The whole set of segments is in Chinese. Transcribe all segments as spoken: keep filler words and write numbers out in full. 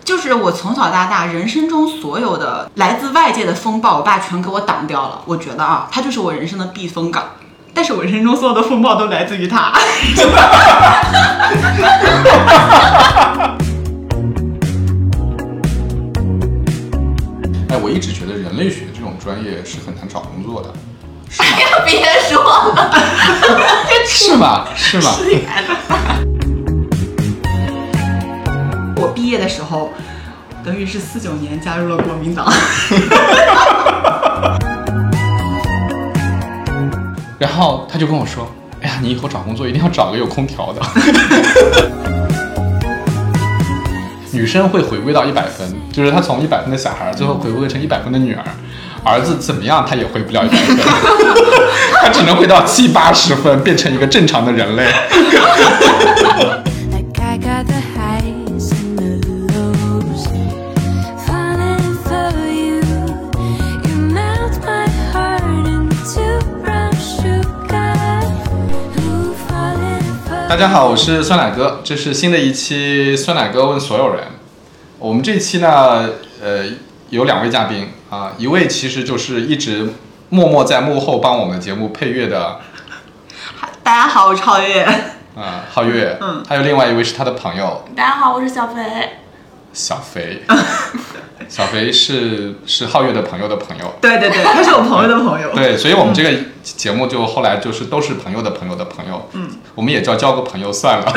就是我从小到大人生中所有的来自外界的风暴，我爸全给我挡掉了。我觉得啊，他就是我人生的避风港。但是我人生中所有的风暴都来自于他。 哎，我一直觉得人类学这种专业是很难找工作的。 哎呀，别说了。 是吗？是吗？ 我毕业的时候，德语是四九年加入了国民党。 然后他就跟我说：“哎呀，你以后找工作一定要找个有空调的。”女生会回归到一百分，就是她从一百分的小孩，最后回归成一百分的女儿。儿子怎么样，他也回不了一百分，他只能回到七八十分，变成一个正常的人类。大家好，我是酸奶哥，这是新的一期酸奶哥问所有人。我们这期呢，呃，有两位嘉宾啊，一位其实就是一直默默在幕后帮我们节目配乐的。 大家好，我是皓月。 啊，皓月。嗯。还有另外一位是他的朋友。 大家好，我是小肥。 小肥。小肥是是皓月的朋友的朋友。 对对对，他是我朋友的朋友。 对，所以我们这个节目就后来就是都是朋友的朋友的朋友。嗯。我们也叫交个朋友算了。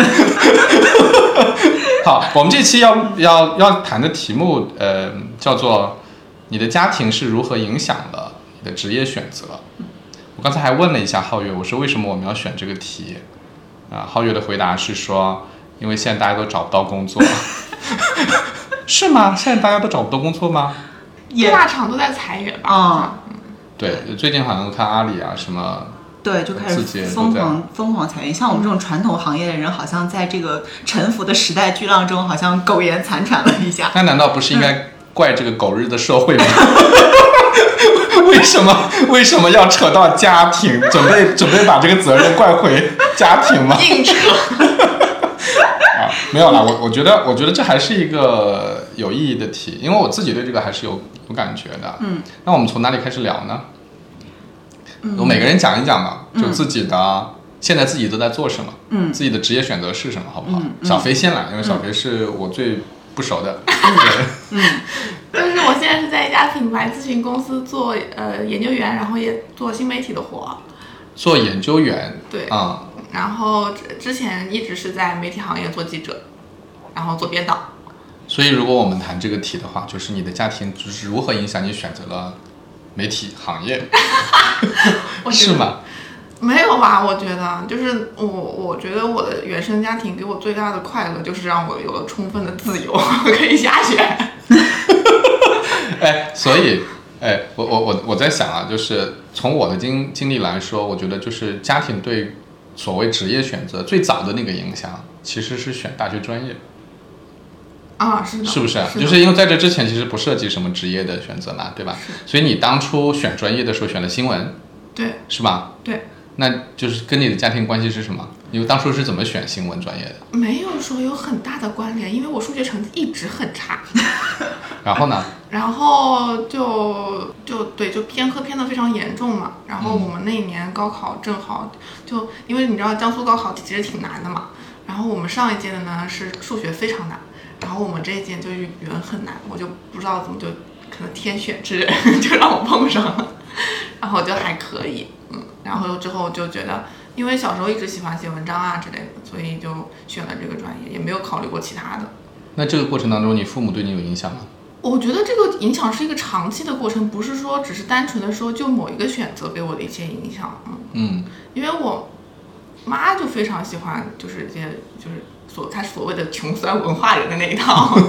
好，我们这期要要要谈的题目，呃，叫做你的家庭是如何影响了你的职业选择。我刚才还问了一下皓月，我说为什么我们要选这个题？啊，皓月的回答是说，因为现在大家都找不到工作。是吗？现在大家都找不到工作吗？ 各大厂都在裁员吧？ 啊、嗯， 对，最近好像看阿里啊什么。 对，就开始疯狂疯狂裁员。像我们这种传统行业的人，好像在这个沉浮的时代巨浪中，好像苟延残喘了一下。 那难道不是应该怪这个狗日的社会吗？为什么为什么要扯到家庭？准备准备把这个责任怪回家庭吗？ 硬扯。 啊，没有啦，我我觉得我觉得这还是一个有意义的题，因为我自己对这个还是有有感觉的。嗯，那我们从哪里开始聊呢？我每个人讲一讲吧，就自己的、嗯、现在自己都在做什么，嗯，自己的职业选择是什么，好不好？嗯嗯、小肥先来，因为小肥是我最不熟的。嗯， 嗯就是我现在是在一家品牌咨询公司做呃研究员，然后也做新媒体的活。 做研究员， 对， 嗯， 然后之前一直是在媒体行业做记者，然后做编导。 所以如果我们谈这个题的话，就是你的家庭就是如何影响你选择了媒体行业。是吗？ 没有吧，我觉得就是我我觉得我的原生家庭给我最大的快乐就是让我有了充分的自由，可以瞎选。 哎，所以哎，我我我我在想啊，就是从我的经经历来说，我觉得就是家庭对所谓职业选择最早的那个影响，其实是选大学专业。 啊，是的， 是不是？是就是因为在这之前其实不涉及什么职业的选择嘛，对吧？所以你当初选专业的时候选了新闻， 对， 是吧？ 对， 那就是跟你的家庭关系是什么？你当初是怎么选新闻专业的？ 没有说有很大的关联，因为我数学成绩一直很差。 然后呢？ 然后就就对，就偏科偏的非常严重嘛。然后我们那一年高考正好就因为你知道江苏高考其实挺难的嘛，然后我们上一届的呢是数学非常难。然后我们这一届就语文很难，我就不知道怎么就可能天选之人就让我碰上了，然后就还可以，嗯，然后之后就觉得，因为小时候一直喜欢写文章啊之类的，所以就选了这个专业，也没有考虑过其他的。 那这个过程当中，你父母对你有影响吗？ 我觉得这个影响是一个长期的过程，不是说只是单纯的说就某一个选择给我的一些影响，嗯嗯，因为我妈就非常喜欢就是这些就是。所他所谓的穷酸文化人的那一套，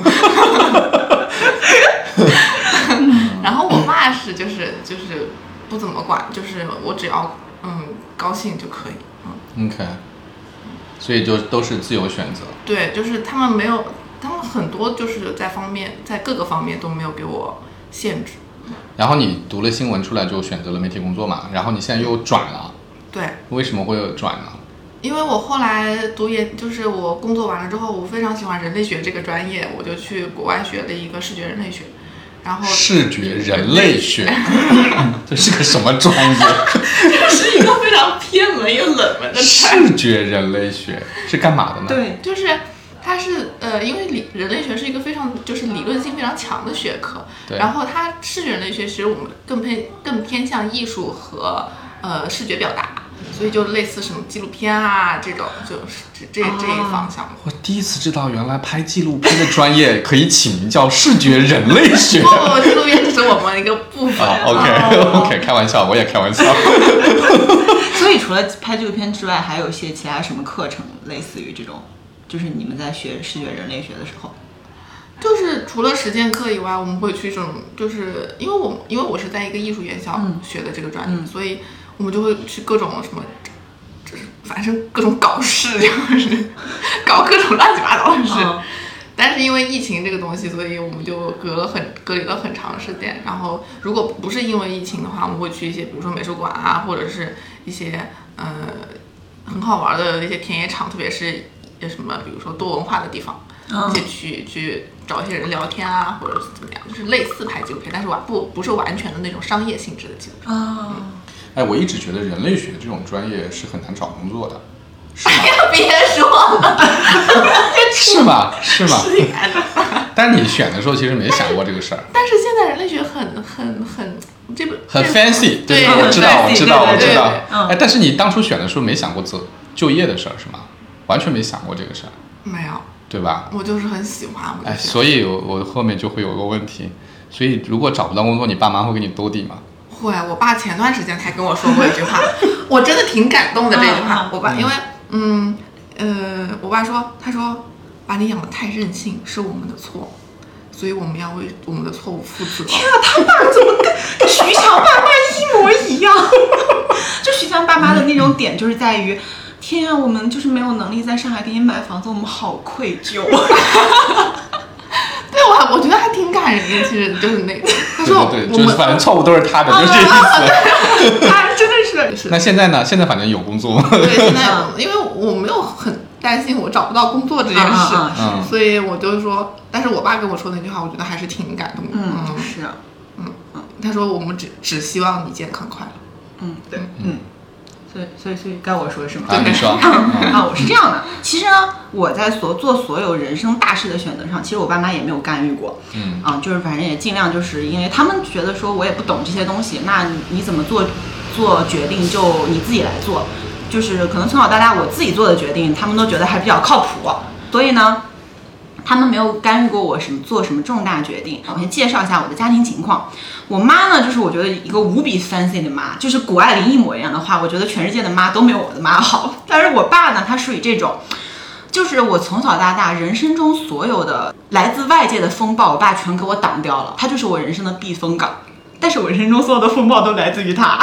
然后我爸是就是就是不怎么管，就是我只要嗯高兴就可以， 嗯 ，OK， 所以就都是自由选择。 对，就是他们没有，他们很多就是在方面在各个方面都没有给我限制。 然后你读了新闻出来就选择了媒体工作嘛，然后你现在又转了， 对， 为什么会有转呢？ 因为我后来读研，就是我工作完了之后，我非常喜欢人类学这个专业，我就去国外学了一个视觉人类学。然后视觉人类学，这是个什么专业？ 这是一个非常偏门又冷门的专业。 视觉人类学是干嘛的呢？ 对，就是它是呃，因为理人类学是一个非常就是理论性非常强的学科，然后它视觉人类学其实我们更偏更偏向艺术和呃视觉表达。所以就类似什么纪录片啊这种，就是这这这一方向。 我第一次知道，原来拍纪录片的专业可以起名叫视觉人类学。 不不，纪录片只是我们一个部分。 啊 ，OK OK， 开玩笑，我也开玩笑。 所以除了拍纪录片之外，还有一些其他什么课程，类似于这种，就是你们在学视觉人类学的时候。 就是除了实践课以外，我们会去这种，就是因为我因为我是在一个艺术院校学的这个专业，嗯、所以我们就会去各种什么，就是反正各种搞事，就是搞各种乱七八糟的事。嗯、但是因为疫情这个东西，所以我们就隔了很隔离了很长时间。然后如果不是因为疫情的话，我们会去一些比如说美术馆啊，或者是一些呃很好玩的一些田野场，特别是什么比如说多文化的地方。而且去去找一些人聊天啊，或者是怎么样，就是类似拍纪录片，但是完不不是完全的那种商业性质的纪录片。 啊、 嗯， 哎，我一直觉得人类学这种专业是很难找工作的，是吗？ 哎呀，别说了， 是吗？是吗？ 是的。 但是你选的时候其实没想过这个事儿。 但是现在人类学很很很这个很 fancy， 对， 对，我知道，我知道，我知道。 嗯、 哎，但是你当初选的时候没想过就就业的事儿是吗？完全没想过这个事儿。 没有。 对吧？ 我就是很喜欢，我哎，所以我我后面就会有个问题，所以如果找不到工作，你爸妈会给你兜底吗？ 会，我爸前段时间才跟我说过一句话，我真的挺感动的这句话。我爸因为嗯呃，我爸说，他说把你养得太任性是我们的错，所以我们要为我们的错误负责。 天啊，他爸怎么跟跟徐强爸妈一模一样？就徐强爸妈的那种点就是在于。天啊，我们就是没有能力在上海给你买房子，我们好愧疚。对， 我我觉得还挺感人的，其实就是那个，他说对对对，就是反正错误都是他的，就这意思。 啊，真的是。 那现在呢？现在反正有工作。 对，现在有，因为我没有很担心我找不到工作这件事， 嗯嗯、 所以我就说，但是我爸跟我说那句话，我觉得还是挺感动的。 嗯，嗯是， 嗯嗯，他说我们只只希望你健康快乐。 嗯，对，嗯。所以，所以，所以该我说是吗？ 啊，你说啊，我是这样的。其实呢，我在所做所有人生大事的选择上，其实我爸妈也没有干预过。 嗯啊，就是反正也尽量就是因为他们觉得说我也不懂这些东西，那你你怎么做做决定就你自己来做。就是可能从小到大我自己做的决定，他们都觉得还比较靠谱。所以呢，他们没有干预过我什么做什么重大决定。我先介绍一下我的家庭情况。我妈呢，就是我觉得一个无比 fancy 的妈，就是谷爱凌一模一样的话，我觉得全世界的妈都没有我的妈好。但是我爸呢，他属于这种，就是我从小到大人生中所有的来自外界的风暴，我爸全给我挡掉了，他就是我人生的避风港。但是我人生中所有的风暴都来自于他。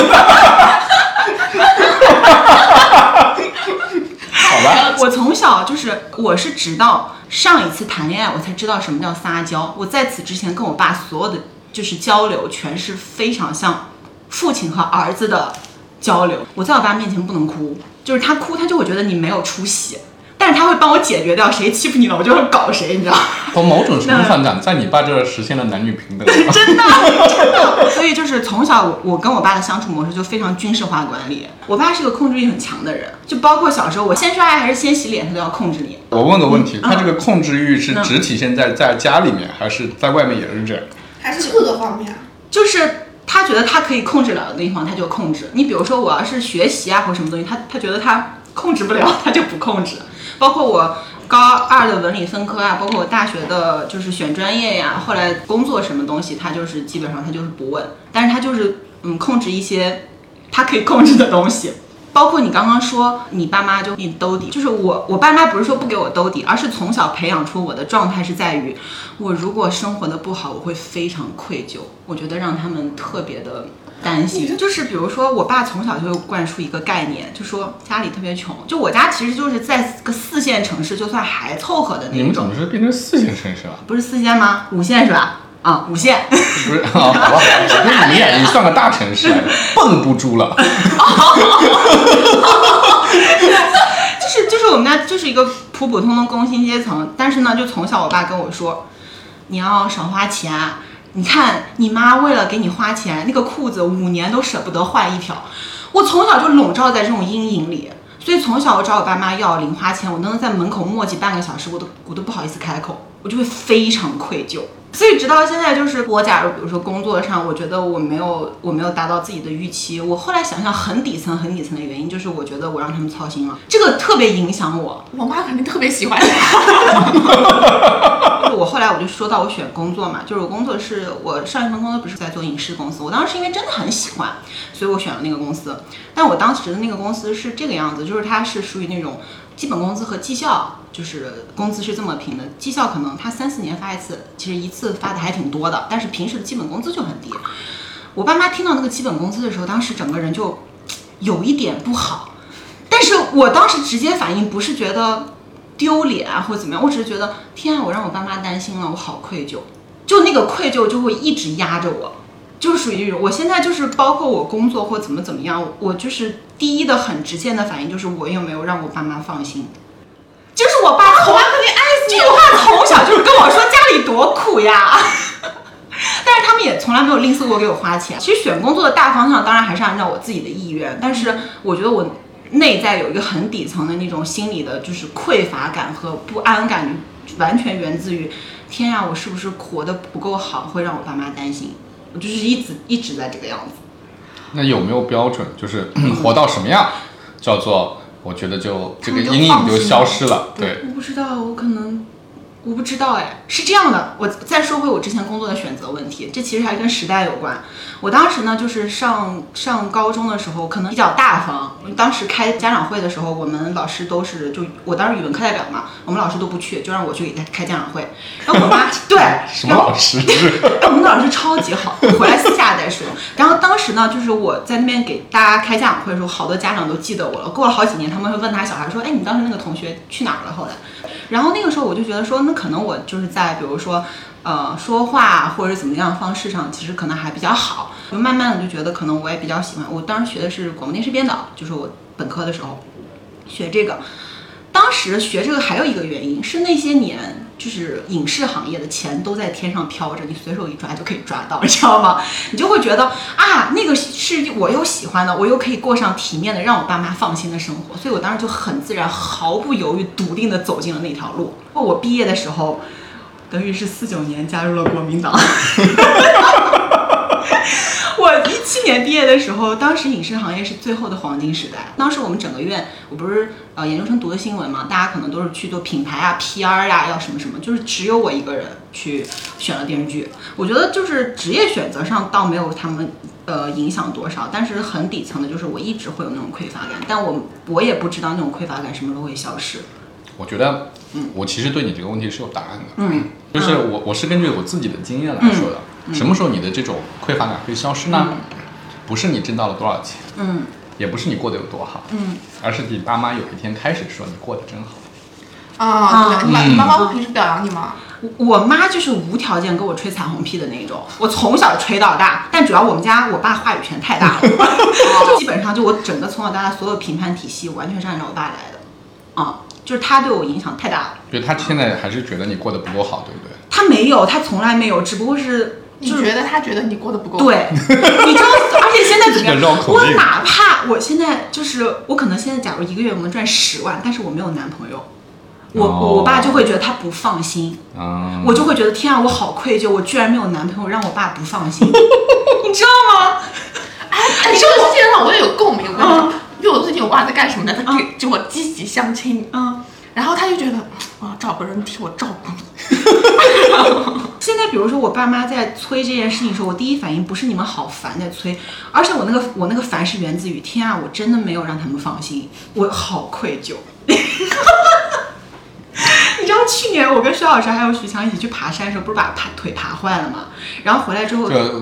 好吧， 我从小就是我是直到上一次谈恋爱，我才知道什么叫撒娇。我在此之前跟我爸所有的就是交流，全是非常像父亲和儿子的交流。我在我爸面前不能哭，就是他哭，他就会觉得你没有出息。但是他会帮我解决掉谁欺负你了，我就会搞谁，你知道吗？ 从某种程度上讲，在你爸这儿实现了男女平等。 真的，真的。所以就是从小我我跟我爸的相处模式就非常军事化管理。我爸是个控制欲很强的人，就包括小时候我先刷牙还是先洗脸，他都要控制你。 我问个问题，他这个控制欲是只体现在在家里面，还是在外面也是这样？ 还是各个方面？ 就是他觉得他可以控制了的地方，他就控制。你比如说我要是学习啊或什么东西，他他觉得他控制不了，他就不控制。包括我高二的文理分科啊，包括我大学的就是选专业呀，后来工作什么东西，他就是基本上他就是不问，但是他就是嗯控制一些他可以控制的东西。包括你刚刚说你爸妈就给你兜底，就是我我爸妈不是说不给我兜底，而是从小培养出我的状态是在于，我如果生活的不好，我会非常愧疚。我觉得让他们特别的担心，就是比如说我爸从小就会灌输一个概念，就说家里特别穷，就我家其实就是在个四线城市，就算还凑合的那种。 你们怎么是变成四线城市了？ 不是四线吗？五线是吧？啊，五线不是啊，好吧，好吧，那你也你算个大城市，蹦不住了。 就是就是我们家就是一个普普通通工薪阶层，但是呢，就从小我爸跟我说，你要少花钱。你看你妈为了给你花钱，那个裤子五年都舍不得换一条。我从小就笼罩在这种阴影里，所以从小我找我爸妈要零花钱，我能在门口磨叽半个小时，我都我都不好意思开口，我就会非常愧疚。所以直到现在，就是我假如比如说工作上，我觉得我没有我没有达到自己的预期，我后来想想很底层很底层的原因，就是我觉得我让他们操心了，这个特别影响我。 我妈肯定特别喜欢你。 我后来我就说到我选工作嘛，就是我工作是我上一份工作不是在做影视公司，我当时是因为真的很喜欢，所以我选了那个公司。但我当时的那个公司是这个样子，就是它是属于那种基本工资和绩效，就是工资是这么评的，绩效可能它三四年发一次，其实一次发的还挺多的，但是平时的基本工资就很低。我爸妈听到那个基本工资的时候，当时整个人就有一点不好，但是我当时直接反应不是觉得丢脸啊或者怎么样，我只是觉得天啊，我让我爸妈担心了，我好愧疚，就那个愧疚就会一直压着我，就是属于这种。我现在就是包括我工作或怎么怎么样，我就是第一的很直接的反应就是我有没有让我爸妈放心。就是我爸从来肯定爱死你，我爸从小就是跟我说家里多苦呀。但是他们也从来没有吝啬过给我花钱。其实选工作的大方向当然还是按照我自己的意愿，但是我觉得我内在有一个很底层的那种心理的，就是匮乏感和不安感，完全源自于天呀，我是不是活得不够好，会让我爸妈担心。我就是一直一直在这个样子。 那有没有标准，就是活到什么样叫做我觉得就这个阴影就消失了？对， 我不知道，我可能我不知道哎，是这样的。我再说回我之前工作的选择问题，这其实还跟时代有关。我当时呢，就是上上高中的时候，可能比较大方。当时开家长会的时候，我们老师都是就我当时语文课代表嘛，我们老师都不去，就让我去给他开家长会。然后我妈对什么老师？ 我们老师超级好，回来私下再说。然后当时呢，就是我在那边给大家开家长会的时候，好多家长都记得我了。过了好几年，他们会问他小孩说：“哎，你当时那个同学去哪儿了？”后来，然后那个时候我就觉得说，那可能我就是在比如说。呃，说话或者怎么样方式上，其实可能还比较好。就慢慢的就觉得，可能我也比较喜欢。我当时学的是广播电视编导，就是我本科的时候学这个。当时学这个还有一个原因是那些年，就是影视行业的钱都在天上飘着，你随手一抓就可以抓到，你知道吗？你就会觉得啊，那个是我又喜欢的，我又可以过上体面的，让我爸妈放心的生活。所以我当时就很自然、毫不犹豫、笃定的走进了那条路。我毕业的时候。等于是四九年加入了国民党。我一七年毕业的时候，当时影视行业是最后的黄金时代。当时我们整个院，我不是呃研究生读的新闻嘛，大家可能都是去做品牌啊、P R 啊，要什么什么，就是只有我一个人去选了电视剧。我觉得就是职业选择上倒没有他们呃影响多少，但是很底层的就是我一直会有那种匮乏感，但我我也不知道那种匮乏感什么时候会消失。 我觉得，嗯，我其实对你这个问题是有答案的， 嗯， 就是我我是根据我自己的经验来说的，嗯、什么时候你的这种匮乏感会消失呢？嗯、不是你挣到了多少钱， 嗯， 也不是你过得有多好， 嗯， 而是你爸妈有一天开始说你过得真好。 啊，对，你妈、嗯、妈妈会平时表扬你吗？ 我妈就是无条件给我吹彩虹屁的那种，我从小吹到大，但主要我们家我爸话语权太大了，就基本上就我整个从小到大所有评判体系完全是按照我爸来的，啊、嗯。就是他对我影响太大了， 对他现在还是觉得你过得不够好，对不对？ 他没有，他从来没有，只不过是、就是、 你觉得他觉得你过得不够好。 对，你知道，而且现在怎么样？我哪怕我现在就是我可能现在假如一个月我能赚十万，但是我没有男朋友，我、哦、我爸就会觉得他不放心， 嗯、 我就会觉得天啊，我好愧疚，我居然没有男朋友，让我爸不放心，你知道吗？ 哎，你说这件上我也有共鸣，我跟你说。因为我最近我爸在干什么呢？他给就我积极相亲，嗯，然后他就觉得我要找个人替我照顾你。 现在比如说我爸妈在催这件事情的时候，我第一反应不是你们好烦在催，而且我那个我那个烦是源自于天啊，我真的没有让他们放心，我好愧疚。你知道去年我跟薛老师还有许强一起去爬山的时候，不是把爬腿爬坏了吗？然后回来之后， 就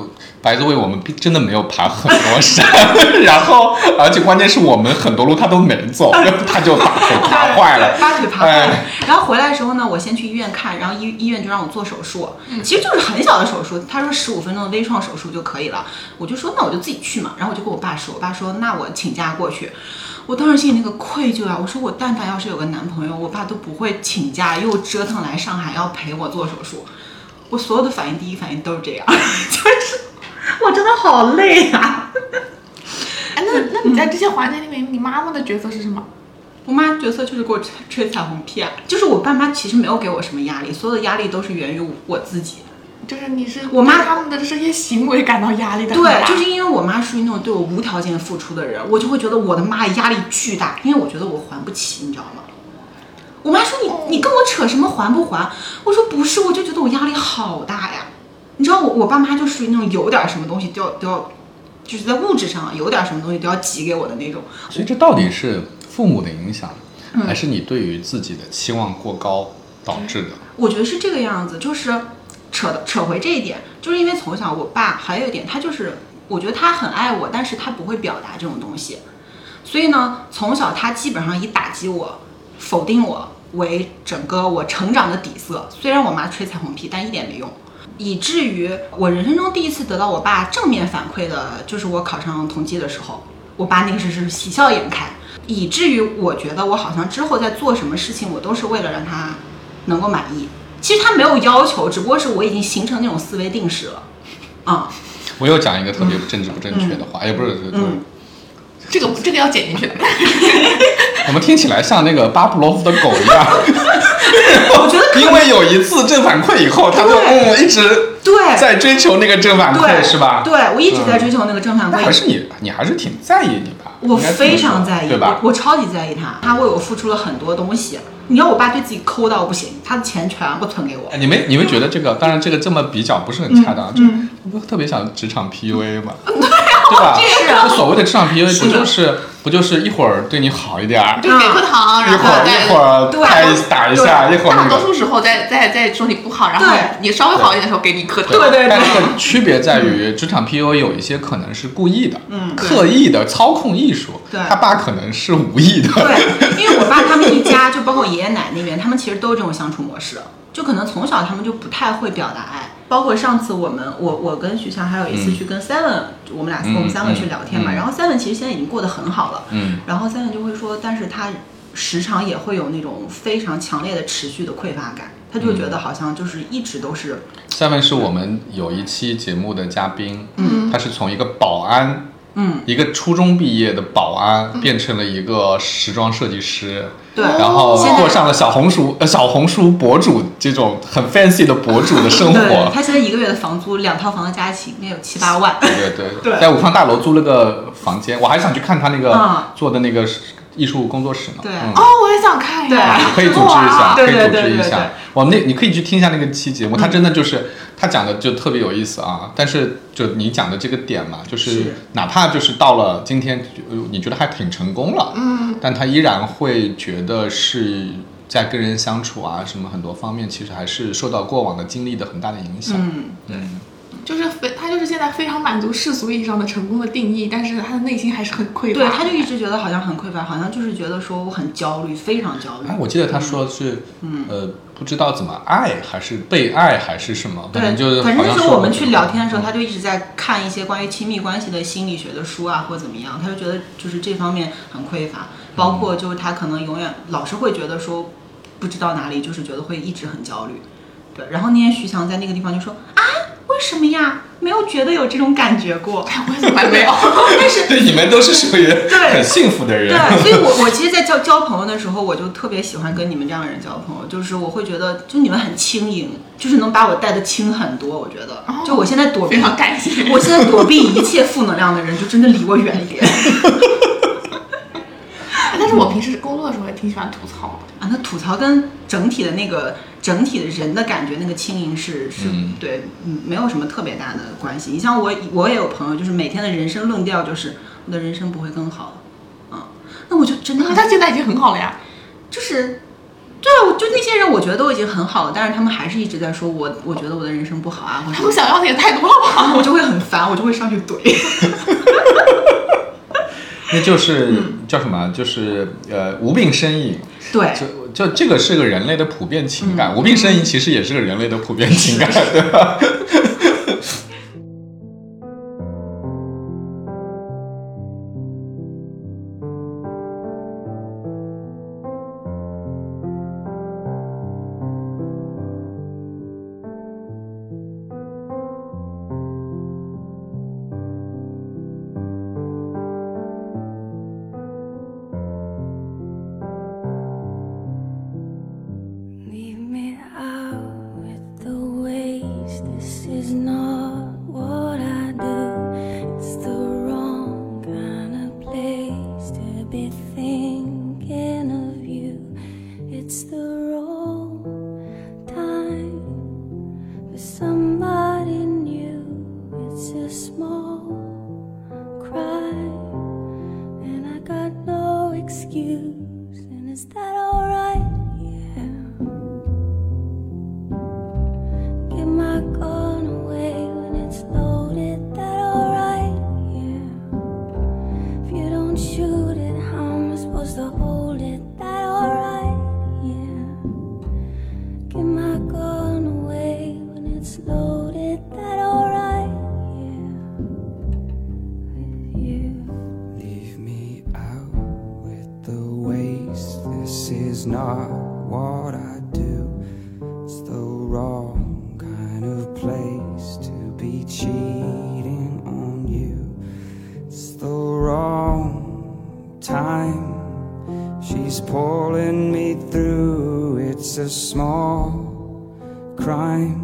白the way，我们真的没有爬很多山，然后而且关键是我们很多路他都没走，他就把腿爬坏了， 把腿爬坏了。然后回来的时候呢，我先去医院看，然后医医院就让我做手术，其实就是很小的手术，他说十五分钟的微创手术就可以了，我就说那我就自己去嘛，然后我就跟我爸说，我爸说那我请假过去。我当时心里那个愧疚啊！我说我但凡要是有个男朋友，我爸都不会请假又折腾来上海要陪我做手术。我所有的反应，第一反应都是这样，就是我真的好累啊！ 哎，那那你在这些环节里面，你妈妈的角色是什么？ 我妈角色就是给我吹彩虹屁啊！就是我爸妈其实没有给我什么压力，所有的压力都是源于我自己。 就是你是我妈他们的这些行为感到压力的， 对，就是因为我妈属于那种对我无条件付出的人，我就会觉得我的妈压力巨大，因为我觉得我还不起，你知道吗？我妈说你你跟我扯什么还不还？我说不是，我就觉得我压力好大呀。你知道我我爸妈就属于那种有点什么东西都要都要，就是在物质上有点什么东西都要挤给我的那种。 所以这到底是父母的影响，嗯、还是你对于自己的期望过高导致的？ 我觉得是这个样子，就是。扯的扯回这一点，就是因为从小我爸还有一点，他就是我觉得他很爱我，但是他不会表达这种东西，所以呢，从小他基本上以打击我、否定我为整个我成长的底色。虽然我妈吹彩虹屁，但一点没用，以至于我人生中第一次得到我爸正面反馈的，就是我考上同济的时候，我爸那个时是喜笑颜开，以至于我觉得我好像之后在做什么事情，我都是为了让他能够满意。其实他没有要求，只不过是我已经形成那种思维定式了，啊、嗯。 我又讲一个特别政治不正确的话，也、嗯、不是， 嗯， 这个这个要剪进去的。 我们听起来像那个巴甫洛夫的狗一样。 我觉得， 因为有一次正反馈以后，他就嗯一直对在追求那个正反馈，是吧？ 对，我一直在追求那个正反馈。 嗯、还是你，你还是挺在意你爸。 我非常在意， 对吧？ 我, 我超级在意他，他为我付出了很多东西。你要我爸对自己抠到不行，他的钱全部存给我。 你们你们觉得这个，当然这个这么比较不是很恰当， 嗯、 就不特别想职场 P U A 嘛， 对对吧？ 是啊， 所谓的职场 P U A 不就是不就是一会儿对你好一点， 对，给颗糖，然后一会儿一会儿拍打一下，一会儿大多数时候再再再说你不好，然后你稍微好一点的时候给你颗糖。 对对对。 但这个区别在于，职场 P U A 有一些可能是故意的， 嗯， 刻意的操控艺术。 对， 他爸可能是无意的。 对，因为我爸他们一家，就包括我爷爷奶奶那边，他们其实都是这种相处模式，就可能从小他们就不太会表达爱。包括上次我们我我跟徐翔还有一次去跟 Seven，、嗯、我们俩、嗯、我们三个去聊天嘛，嗯、然后 Seven 其实现在已经过得很好了， 嗯， 然后 Seven 就会说，但是他时常也会有那种非常强烈的持续的匮乏感，他就觉得好像就是一直都是。 Seven 是我们有一期节目的嘉宾， 嗯， 他是从一个保安。 嗯， 一个初中毕业的保安、嗯、变成了一个时装设计师， 对， 然后过上了小红书呃小红书博主这种很 fancy 的博主的生活。 对，他现在一个月的房租，两套房的加起应该有七八万。 对对 对, 对，在五方大楼租了个房间，我还想去看他那个做的那个艺术工作室呢。 对、 嗯，哦，我也想看呀， 可以组织一下，可以组织一下。 对对对对对， 我们那你可以去听一下那个期节目，他真的就是。他讲的就特别有意思啊，但是就你讲的这个点嘛，就是哪怕就是到了今天，你觉得还挺成功了， 嗯， 但他依然会觉得是在跟人相处啊什么很多方面，其实还是受到过往的经历的很大的影响。 嗯， 对。就是非他就是现在非常满足世俗意义上的成功的定义，但是他的内心还是很匮乏。 对，他就一直觉得好像很匮乏，好像就是觉得说我很焦虑，非常焦虑。 哎，我记得他说是，嗯，呃，不知道怎么爱，还是被爱，还是什么，反正就是反正就是我们去聊天的时候， 嗯、 他就一直在看一些关于亲密关系的心理学的书啊，或怎么样，他就觉得就是这方面很匮乏，包括就是他可能永远老是会觉得说不知道哪里，就是觉得会一直很焦虑。对，然后那天徐强在那个地方就说啊。为什么呀？没有觉得有这种感觉过， 我怎么没有？ 但是对你们都是属于很幸福的人。 对，所以我我其实，在交交朋友的时候，我就特别喜欢跟你们这样的人交朋友，就是我会觉得，就你们很轻盈，就是能把我带得轻很多。我觉得， 哦、 就我现在躲避， 非常感谢。 我现在躲避一切负能量的人，就真的离我远一点。 但是我平时工作的时候也挺喜欢吐槽的啊，那吐槽跟整体的那个整体的人的感觉，那个轻盈是是、嗯、对，嗯，没有什么特别大的关系。你像我，我也有朋友，就是每天的人生论调就是我的人生不会更好了，啊、嗯，那我就真的， 他现在已经很好了呀， 就是。 对啊，我就那些人，我觉得都已经很好了，但是他们还是一直在说我，我觉得我的人生不好啊， 他们想要的也太多了吧， 我就会很烦，我就会上去怼。 那就是叫什么？就是呃，无病呻吟。 对， 就就这个是个人类的普遍情感，嗯、无病呻吟其实也是个人类的普遍情感，对吧？ Not what I do. It's the wrong kind of place to be cheating on you. It's the wrong time. She's pulling me through. It's a small crime.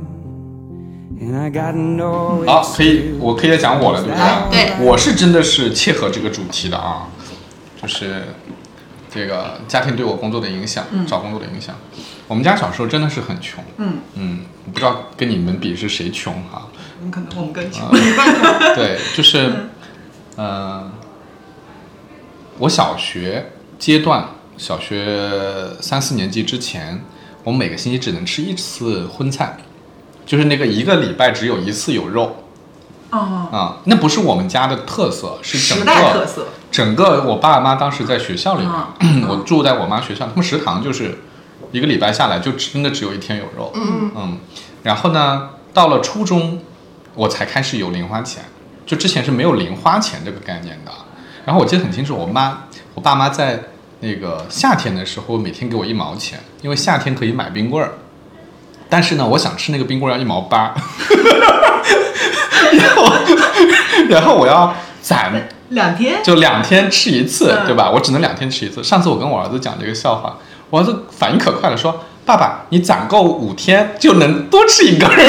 And I got no. 好，可以，我可以讲我了，对不对？ 对，我是真的是切合这个主题的啊，就是。这个家庭对我工作的影响，嗯、找工作的影响。我们家小时候真的是很穷，嗯嗯，不知道跟你们比是谁穷哈？ 嗯，可能我们更穷。 呃、对，就是，嗯、呃，我小学阶段，小学三四年级之前，我每个星期只能吃一次荤菜，就是那个一个礼拜只有一次有肉。 哦啊，那不是我们家的特色，是整个时代特色。 整个我爸妈当时在学校里面，嗯、我住在我妈学校，他们食堂就是一个礼拜下来就真的只有一天有肉。 嗯嗯，然后呢，到了初中我才开始有零花钱，就之前是没有零花钱这个概念的。然后我记得很清楚，我妈我爸妈在那个夏天的时候每天给我一毛钱，因为夏天可以买冰棍儿，但是呢，我想吃那个冰棍儿要一毛八。然后，然后我要攒两天， 就两天吃一次， 嗯、 对吧？我只能两天吃一次。上次我跟我儿子讲这个笑话，我儿子反应可快了，说：“爸爸，你攒够五天就能多吃一根儿，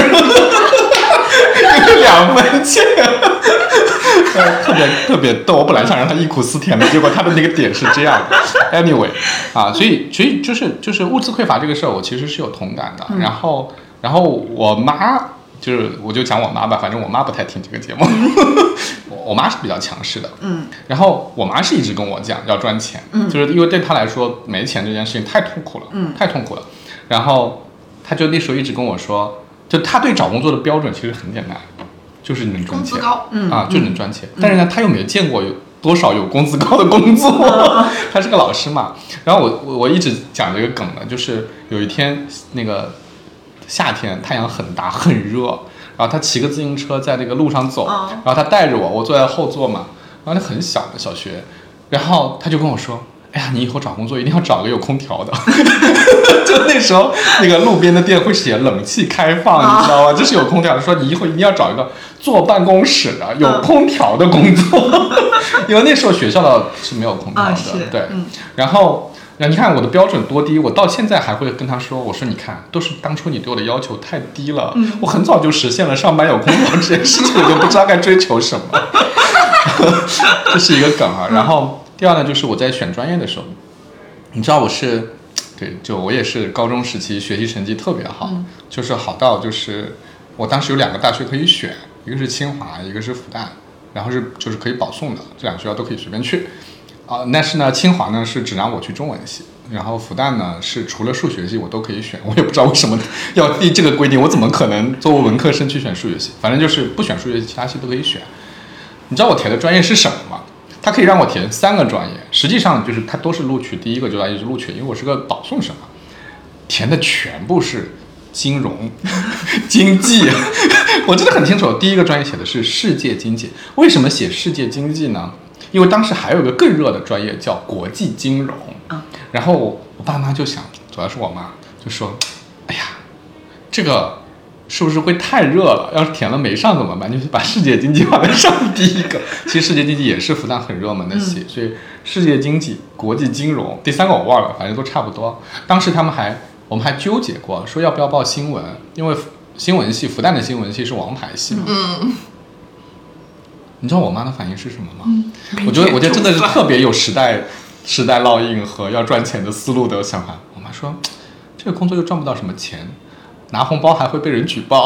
两分钱。”特别特别逗。我本来想让他忆苦思甜的，结果他的那个点是这样的。Anyway， 啊，所以所以就是就是物资匮乏这个事儿，我其实是有同感的。嗯、然后然后我妈。就是我就讲我妈吧，反正我妈不太听这个节目，我妈是比较强势的， 嗯， 然后我妈是一直跟我讲要赚钱， 嗯， 就是因为对她来说没钱这件事情太痛苦了， 嗯， 太痛苦了，然后她就那时候一直跟我说，就她对找工作的标准其实很简单，就是能赚钱， 工资高，嗯啊，就能赚钱，嗯、但是呢，她又没见过有多少有工资高的工作，嗯、她是个老师嘛，然后我我一直讲这个梗呢，就是有一天那个。夏天太阳很大很热，然后他骑个自行车在那个路上走， 哦、 然后他带着我，我坐在后座嘛，然后他很小的小学，然后他就跟我说：“哎呀，你以后找工作一定要找个有空调的。”就那时候那个路边的店会写冷气开放，哦、你知道吗？这是有空调的，说你以后一定要找一个坐办公室的有空调的工作，嗯、因为那时候学校的是没有空调的， 哦、 对， 嗯、 然后。你看我的标准多低，我到现在还会跟他说，我说你看，都是当初你对我的要求太低了， 嗯、 我很早就实现了上班有空调这件事情，我就不知道该追求什么。这是一个梗啊。然后第二呢，就是我在选专业的时候，你知道我是，对，就我也是高中时期学习成绩特别好， 嗯、 就是好到就是我当时有两个大学可以选，一个是清华，一个是复旦，然后是就是可以保送的，这两个学校都可以随便去。啊、呃，但是呢，清华呢是只让我去中文系， 然后复旦呢是除了数学系我都可以选，我也不知道为什么要立这个规定，我怎么可能作为文科生去选数学系？反正就是不选数学系，其他系都可以选。你知道我填的专业是什么吗？它可以让我填三个专业，实际上就是它都是录取第一个就一直录取，因为我是个保送生嘛，填的全部是金融、经济。我记得很清楚，第一个专业写的是世界经济。为什么写世界经济呢？因为当时还有一个更热的专业叫国际金融。然后我爸妈就想，主要是我妈就说：“哎呀，这个是不是会太热了？要是填了没上怎么办？就是把世界经济放在上第一个。其实世界经济也是复旦很热门的系，嗯、所以世界经济、国际金融，第三个我忘了，反正都差不多。当时他们还我们还纠结过，说要不要报新闻，因为新闻系复旦的新闻系是王牌系嘛。 嗯。 你知道我妈的反应是什么吗？嗯、我觉得我觉得真的是特别有时代。时代烙印和要赚钱的思路的想法。我妈说，这个工作又赚不到什么钱，拿红包还会被人举报。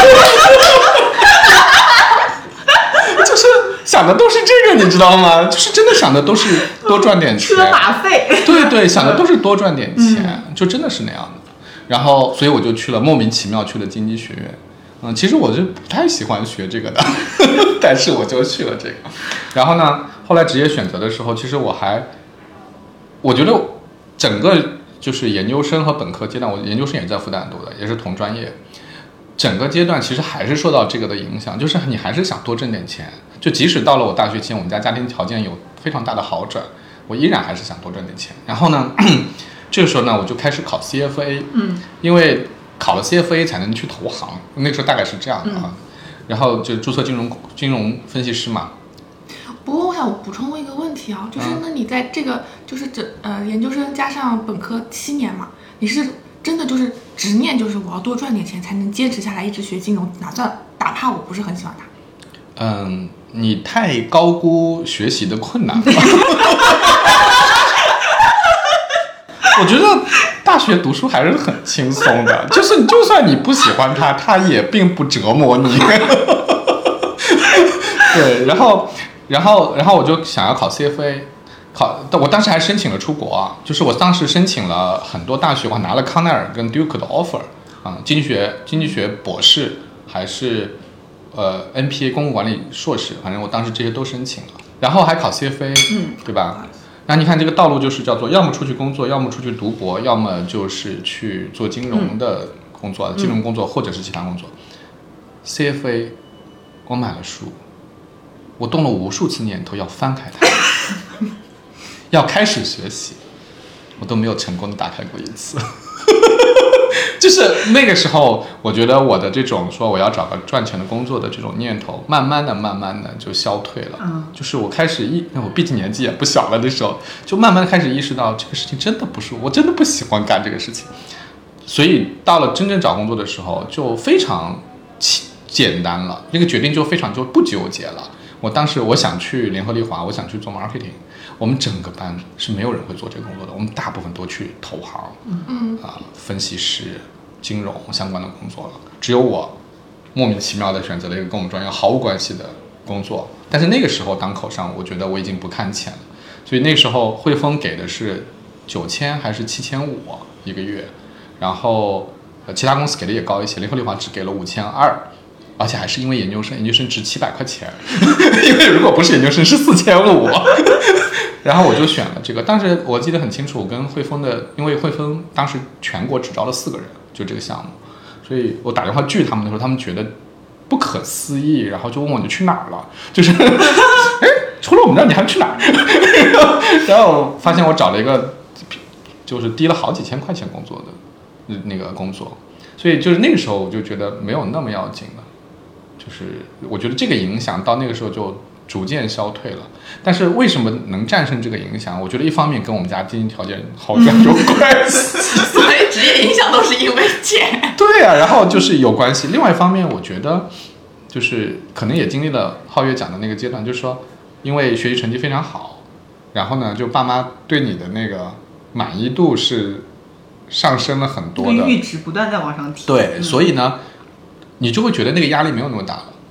就是想的都是这个，你知道吗？就是真的想的都是多赚点钱， 车马费。 对对，想的都是多赚点钱，嗯、就真的是那样的。然后，所以我就去了，莫名其妙去了经济学院。嗯，其实我是不太喜欢学这个的，但是我就去了这个。然后呢，后来职业选择的时候，其实我还。我觉得整个就是研究生和本科阶段，我研究生也在复旦读的，也是同专业。整个阶段其实还是受到这个的影响，就是你还是想多挣点钱。就即使到了我大学期间，我们家家庭条件有非常大的好转，我依然还是想多挣点钱。然后呢，这个时候呢，我就开始考 C F A， 嗯，因为考了 C F A 才能去投行，那个时候大概是这样的啊。嗯、然后就注册金融金融分析师嘛。 不过我想补充一个问题啊，就是那你在这个就是整呃研究生加上本科七年嘛，你是真的就是执念，就是我要多赚点钱才能坚持下来一直学金融，哪算哪怕我不是很喜欢它。 嗯，你太高估学习的困难了。我觉得大学读书还是很轻松的，就是就算你不喜欢它，它也并不折磨你。对，然后。然后，然后我就想要考 C F A， 考，我当时还申请了出国啊，就是我当时申请了很多大学，我拿了康奈尔跟 Duke 的 offer 啊、嗯，经济学经济学博士还是呃 N P A 公共管理硕士，反正我当时这些都申请了，然后还考 C F A， 嗯，对吧？那你看这个道路就是叫做要么出去工作，要么出去读博，要么就是去做金融的工作，嗯、金融工作或者是其他工作。C F A， 我买了书。我动了无数次念头要翻开它，要开始学习，我都没有成功的打开过一次。就是那个时候，我觉得我的这种说我要找个赚钱的工作的这种念头，慢慢的、慢慢的就消退了。嗯，就是我开始意，我毕竟年纪也不小了，那时候就慢慢的开始意识到这个事情真的不是我，真的不喜欢干这个事情。所以到了真正找工作的时候，就非常简单了，那个决定就非常就不纠结了。我当时我想去联合利华，我想去做 marketing， 我们整个班是没有人会做这个工作的，我们大部分都去投行，嗯啊、呃，分析师、金融相关的工作了，只有我莫名其妙的选择了一个跟我们专业毫无关系的工作。但是那个时候档口上，我觉得我已经不看钱了，所以那时候汇丰给的是九千还是七千五一个月，然后呃其他公司给的也高一些，联合利华只给了五千二。而且还是因为研究生，研究生值七百块钱，因为如果不是研究生是四千五，然后我就选了这个。当时我记得很清楚，我跟汇丰的，因为汇丰当时全国只招了四个人，就这个项目，所以我打电话拒他们的时候，他们觉得不可思议，然后就问我你去哪儿了，就是哎，除了我们这儿你还去哪儿？然后发现我找了一个就是低了好几千块钱工作的那个工作，所以就是那个时候我就觉得没有那么要紧了。就是我觉得这个影响到那个时候就逐渐消退了，但是为什么能战胜这个影响？我觉得一方面跟我们家经济条件好转有关系， 所以职业影响都是因为钱。 对啊，然后就是有关系。另外一方面，我觉得就是可能也经历了皓月讲的那个阶段，就是说因为学习成绩非常好，然后呢，就爸妈对你的那个满意度是上升了很多的， 阈值不断在往上提。 对，嗯、所以呢。你就会觉得那个压力没有那么大了，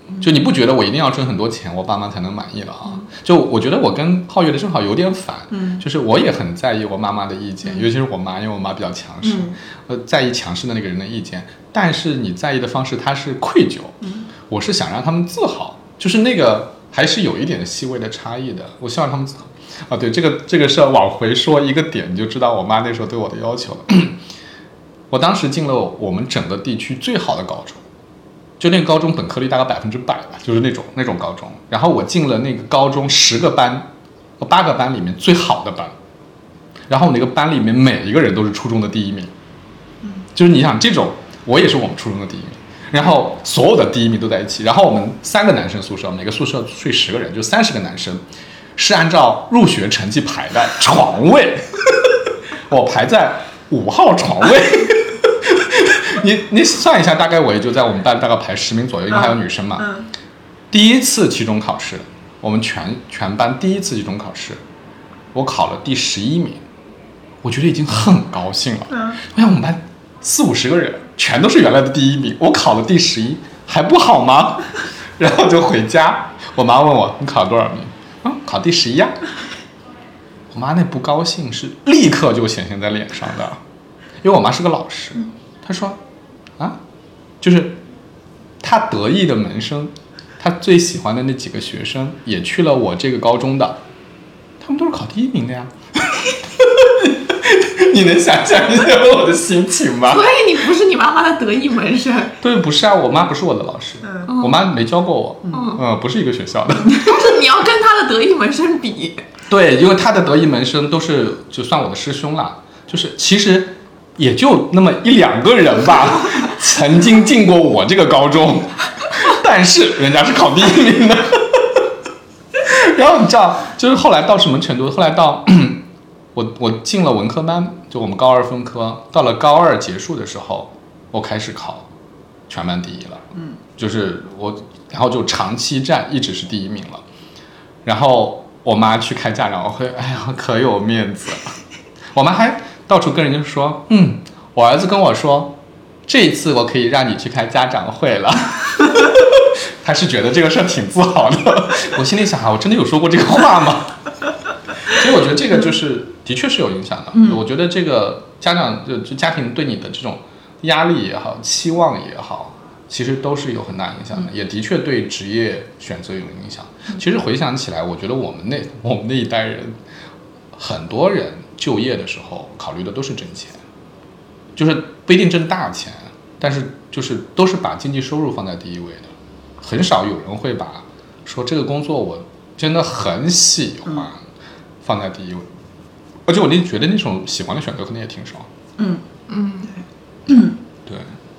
就你不觉得我一定要挣很多钱，我爸妈才能满意了啊？嗯、就我觉得我跟皓月的正好有点反，嗯，就是我也很在意我妈妈的意见，嗯、尤其是我妈，因为我妈比较强势，嗯、我在意强势的那个人的意见。但是你在意的方式，他是愧疚，嗯，我是想让他们自豪，就是那个还是有一点细微的差异的。我希望他们自豪啊，对，这个这个是往回说一个点，你就知道我妈那时候对我的要求了。我当时进了我们整个地区最好的高中。就那个高中本科率大概百分之百吧，就是那种那种高中。然后我进了那个高中十个班，八个班里面最好的班。然后我那个班里面每一个人都是初中的第一名，就是你想这种，我也是我们初中的第一名。然后所有的第一名都在一起。然后我们三个男生宿舍，每个宿舍睡十个人，就三十个男生，是按照入学成绩排的床位。我排在五号床位。你你算一下，大概我也就在我们班大概排十名左右，因为还有女生嘛。嗯嗯、第一次期中考试，我们全全班第一次期中考试，我考了第十一名，我觉得已经很高兴了。嗯、我想我们班四五十个人全都是原来的第一名，我考了第十一，还不好吗？然后就回家，我妈问我你考了多少名？啊，考第十一呀。我妈那不高兴是立刻就显现在脸上的，因为我妈是个老师，嗯、她说。啊，就是他得意的门生，他最喜欢的那几个学生也去了我这个高中的，他们都是考第一名的呀。你能想象一下我的心情吗？ 所以你不是你妈妈的得意门生？ 对，不是啊，我妈不是我的老师，嗯、我妈没教过我，嗯, 嗯，不是一个学校的。 但是你要跟他的得意门生比， 对，因为他的得意门生都是就算我的师兄了，就是其实也就那么一两个人吧。曾经进过我这个高中，但是人家是考第一名的。然后你知道，就是后来到什么程度？后来到我我进了文科班，就我们高二分科，到了高二结束的时候，我开始考全班第一了。嗯，就是我，然后就长期战，一直是第一名了。然后我妈去开家长会，哎呀，可有面子了。我妈还到处跟人家说，嗯，我儿子跟我说。这一次我可以让你去开家长会了。他是觉得这个事儿挺自豪的。我心里想啊，我真的有说过这个话吗？所以我觉得这个就是的确是有影响的。嗯、我觉得这个家长就就家庭对你的这种压力也好，期望也好，其实都是有很大影响的，嗯、也的确对职业选择有影响。其实回想起来，我觉得我们那我们那一代人，很多人就业的时候考虑的都是挣钱。就是不一定挣大钱，但是就是都是把经济收入放在第一位的，很少有人会把说这个工作我真的很喜欢放在第一位，嗯、而且我那觉得那种喜欢的选择可能也挺少。 嗯嗯， 嗯对。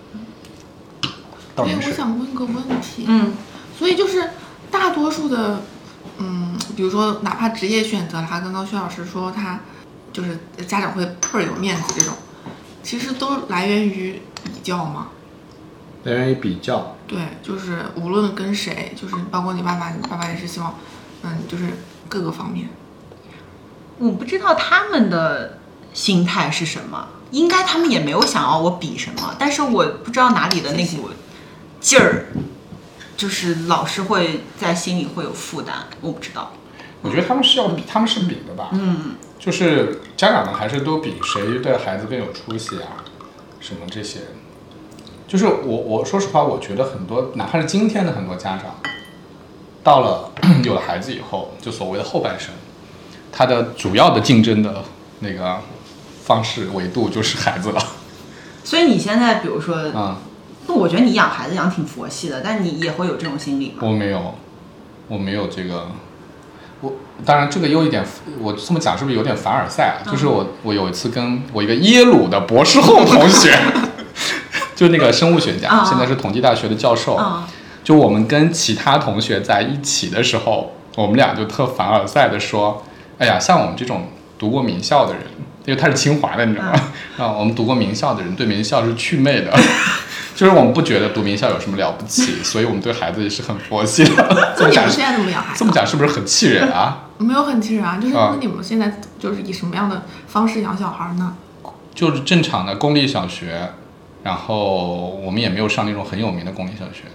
哎，我想问个问题，嗯，所以就是大多数的，嗯，比如说哪怕职业选择，他刚刚薛老师说他就是家长会倍儿有面子这种。其实都来源于比较吗？ 来源于比较。 对，就是无论跟谁，就是包括你爸爸，你爸爸也是希望，嗯，就是各个方面。 我不知道他们的心态是什么，应该他们也没有想要我比什么，但是我不知道哪里的那股劲儿，就是老是会在心里会有负担，我不知道。 我觉得他们是要比，他们是比的吧？嗯。就是家长们还是都比谁对孩子更有出息啊，什么这些。就是我我说实话，我觉得很多，哪怕是今天的很多家长，到了有了孩子以后，就所谓的后半生，他的主要的竞争的那个方式维度就是孩子了。 所以你现在比如说，嗯，那我觉得你养孩子养挺佛系的，但是你也会有这种心理吗？ 我没有，我没有这个。我当然这个有一点，我这么讲是不是有点凡尔赛啊？嗯、就是我我有一次跟我一个耶鲁的博士后同学，就那个生物学家，嗯、现在是统计大学的教授。嗯、就我们跟其他同学在一起的时候，我们俩就特凡尔赛的说：“哎呀，像我们这种读过名校的人，因为他是清华的，你知道吗？嗯、啊，我们读过名校的人对名校是祛魅的。”就是我们不觉得读名校有什么了不起，所以我们对孩子也是很佛系的。 这么讲，现在怎么养孩子？ 这么讲是不是很气人啊？ 没有很气人啊，就是那你们现在就是以什么样的方式养小孩呢？ 就是正常的公立小学，然后我们也没有上那种很有名的公立小学，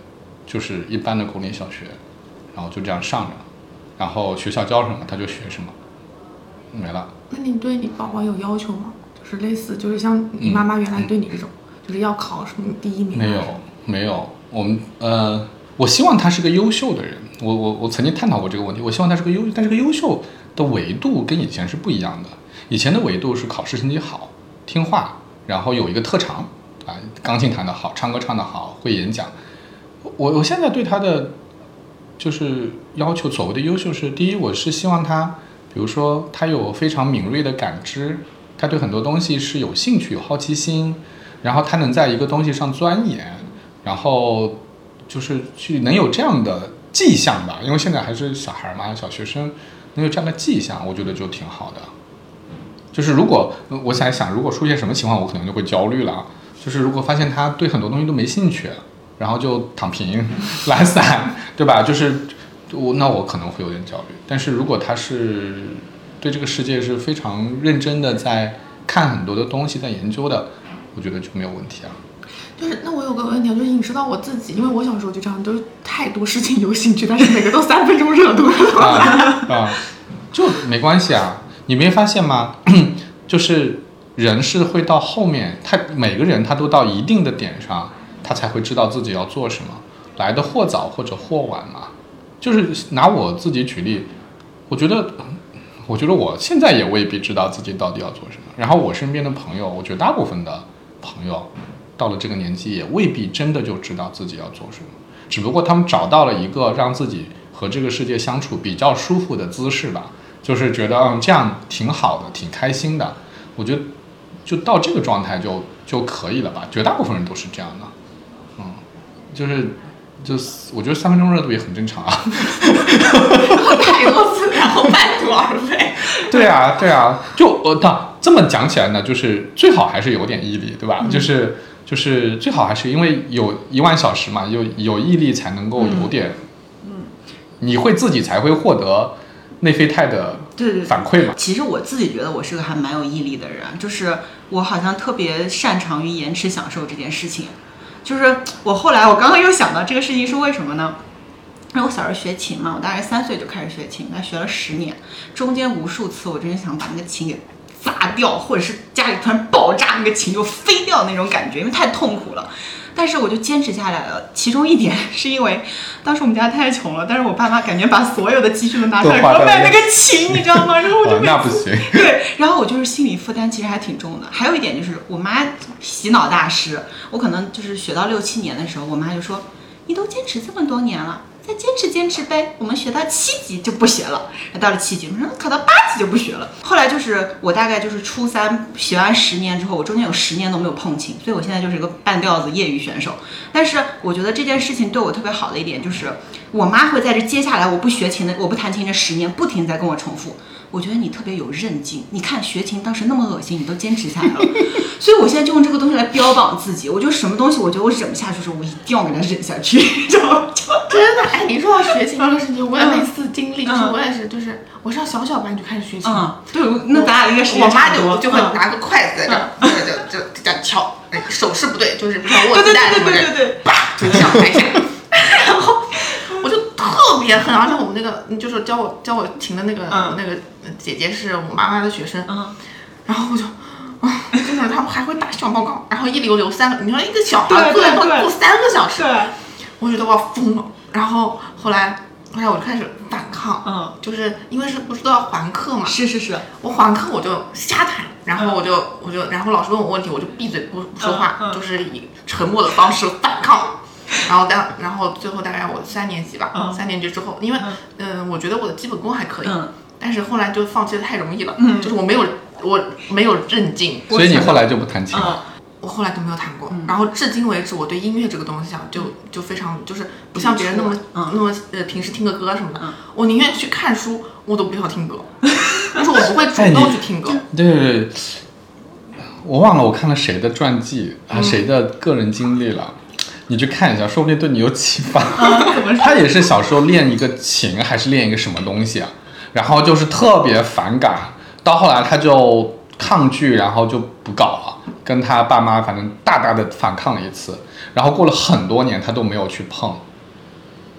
就是一般的公立小学，然后就这样上着，然后学校教什么他就学什么，没了。 那你对你宝宝有要求吗？就是类似，就是像你妈妈原来对你这种，嗯、就是要考什么第一名？ 没有，没有。我们呃，我希望他是个优秀的人。我我我曾经探讨过这个问题。我希望他是个优，但这个优秀的维度跟以前是不一样的。以前的维度是考试成绩好、听话，然后有一个特长啊，钢琴弹得好，唱歌唱得好，会演讲。我我现在对他的就是要求，所谓的优秀是：第一，我是希望他，比如说他有非常敏锐的感知。他对很多东西是有兴趣、有好奇心，然后他能在一个东西上钻研，然后就是去能有这样的迹象吧。因为现在还是小孩嘛，小学生能有这样的迹象，我觉得就挺好的。就是如果我在想，如果出现什么情况，我可能就会焦虑了。就是如果发现他对很多东西都没兴趣，然后就躺平、懒散，对吧？就是我那我可能会有点焦虑。但是如果他是对这个世界是非常认真的，在看很多的东西，在研究的，我觉得就没有问题啊。 就是那我有个问题，就是你知道我自己，因为我小时候就这样，就是太多事情有兴趣，但是每个都三分钟热度啊啊，就没关系啊。你没发现吗？就是人是会到后面，他每个人他都到一定的点上，他才会知道自己要做什么，来的或早或者或晚嘛。就是拿我自己举例，我觉得。我觉得我现在也未必知道自己到底要做什么，然后我身边的朋友，我觉得大部分的朋友到了这个年纪也未必真的就知道自己要做什么，只不过他们找到了一个让自己和这个世界相处比较舒服的姿势吧，就是觉得嗯这样挺好的，挺开心的。我觉得就到这个状态就就可以了吧，绝大部分人都是这样的，嗯，就是就是我觉得三分钟热度也很正常啊。 太多次，然后半途而废。 对啊，对啊，就呃，到这么讲起来呢，就是最好还是有点毅力，对吧？嗯、就是就是最好还是因为有一万小时嘛，有有毅力才能够有点，嗯，你会自己才会获得内啡肽的反馈嘛。 其实我自己觉得我是个还蛮有毅力的人，就是我好像特别擅长于延迟享受这件事情。就是我后来我刚刚又想到这个事情是为什么呢？因为我小时候学琴嘛，我大概三岁就开始学琴，那学了十年，中间无数次我真是想把那个琴给砸掉，或者是家里突然爆炸，那个琴就飞掉那种感觉，因为太痛苦了。但是我就坚持下来了。其中一点是因为当时我们家太穷了，但是我爸妈感觉把所有的积蓄都拿出来给我买那个琴，你知道吗？然后我就、 哦、那不行。 对，然后我就是心理负担其实还挺重的。还有一点就是我妈洗脑大师，我可能就是学到六七年的时候，我妈就说：“你都坚持这么多年了。”再坚持坚持呗，我们学到七级就不学了，到了七级，我说考到八级就不学了。后来就是我大概就是初三学完十年之后，我中间有十年都没有碰琴，所以我现在就是一个半吊子业余选手。但是我觉得这件事情对我特别好的一点就是，我妈会在这接下来我不学琴的我不弹琴这十年不停在跟我重复。我觉得你特别有韧劲，你看学琴当时那么恶心，你都坚持下来了，所以我现在就用这个东西来标榜自己。我就什么东西，我觉得我忍不下去的时候，我一定要给它忍下去，就就真的。哎，你说到学琴这个事情，我有类似经历，就是我也是，就是我上小小班就开始学琴， 嗯，对，那咱俩应该是我妈就就会拿个筷子在这儿，就就就这样敲，手势不对，就是像握鸡蛋什么的， 对对对对， 叭就这样拍下，然后我就特别恨，而且我们那个就是教我教我琴的那个、嗯、那个姐姐是我妈妈的学生，嗯，然后我就啊，真的他们还会打小报告，然后一留留三个，你说一个小孩坐在那坐三个小时，我觉得我要疯了。然后后来后来我就开始反抗，嗯，就是因为是不是都要还课嘛， 是是是， 我还课我就瞎弹，然后我就、嗯、我就然后老师问我问题，我就闭嘴不不说话、嗯嗯，就是以沉默的方式反抗。然后当然后最后大概我三年级吧，嗯、三年级之后，因为嗯、呃，我觉得我的基本功还可以，嗯，但是后来就放弃的太容易了，嗯，就是我没有我没有韧劲， 所以你后来就不弹琴了。 嗯，我后来就没有弹过、嗯，然后至今为止，我对音乐这个东西啊，就就非常就是不像别人那么、嗯、那么呃平时听个歌什么的、嗯，我宁愿去看书，我都不要听歌，就是我不会主动去听歌。 对对对，我忘了我看了谁的传记啊、嗯，谁的个人经历了。你去看一下，说不定对你有启发。他也是小时候练一个琴，还是练一个什么东西啊？然后就是特别反感，到后来他就抗拒，然后就不搞了，跟他爸妈反正大大的反抗了一次。然后过了很多年，他都没有去碰。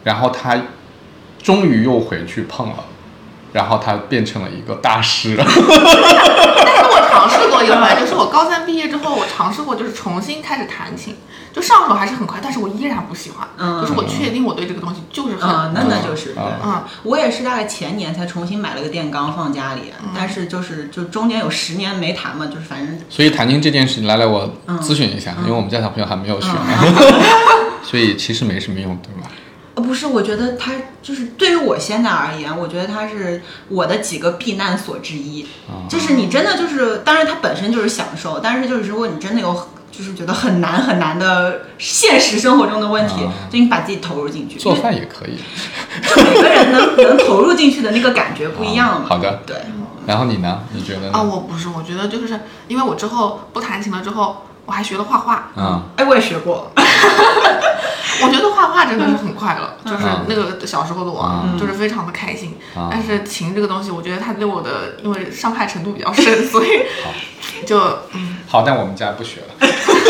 然后他终于又回去碰了，然后他变成了一个大师。 但是我尝试过一回，就是我高三毕业之后，我尝试过就是重新开始弹琴，就上手还是很快，但是我依然不喜欢。嗯，就是我确定我对这个东西就是很…… 嗯，那那就是对。 嗯， 我也是大概前年才重新买了个电钢放家里，嗯、但是就是就中间有十年没弹嘛，就是反正。 所以弹琴这件事情，来来我咨询一下， 嗯、 因为我们家小朋友还没有学，嗯、所以其实没什么用，对吧？ 不是，我觉得它就是对于我现在而言，我觉得它是我的几个避难所之一。嗯、就是你真的就是，当然它本身就是享受，但是就是如果你真的有就是觉得很难很难的现实生活中的问题，嗯、就你把自己投入进去。 做饭也可以。 就每个人能能投入进去的那个感觉不一样嘛。 嗯、好的， 对。 然后你呢？你觉得呢？ 啊、哦，我不是，我觉得就是因为我之后不弹琴了之后，我还学了画画。 嗯， 哎，我也学过。 我觉得画画真的是很快乐，嗯、就是那个小时候的我，嗯、就是非常的开心。嗯、但是琴这个东西，我觉得它对我的因为伤害程度比较深，所以就嗯。 好，但我们家不学了。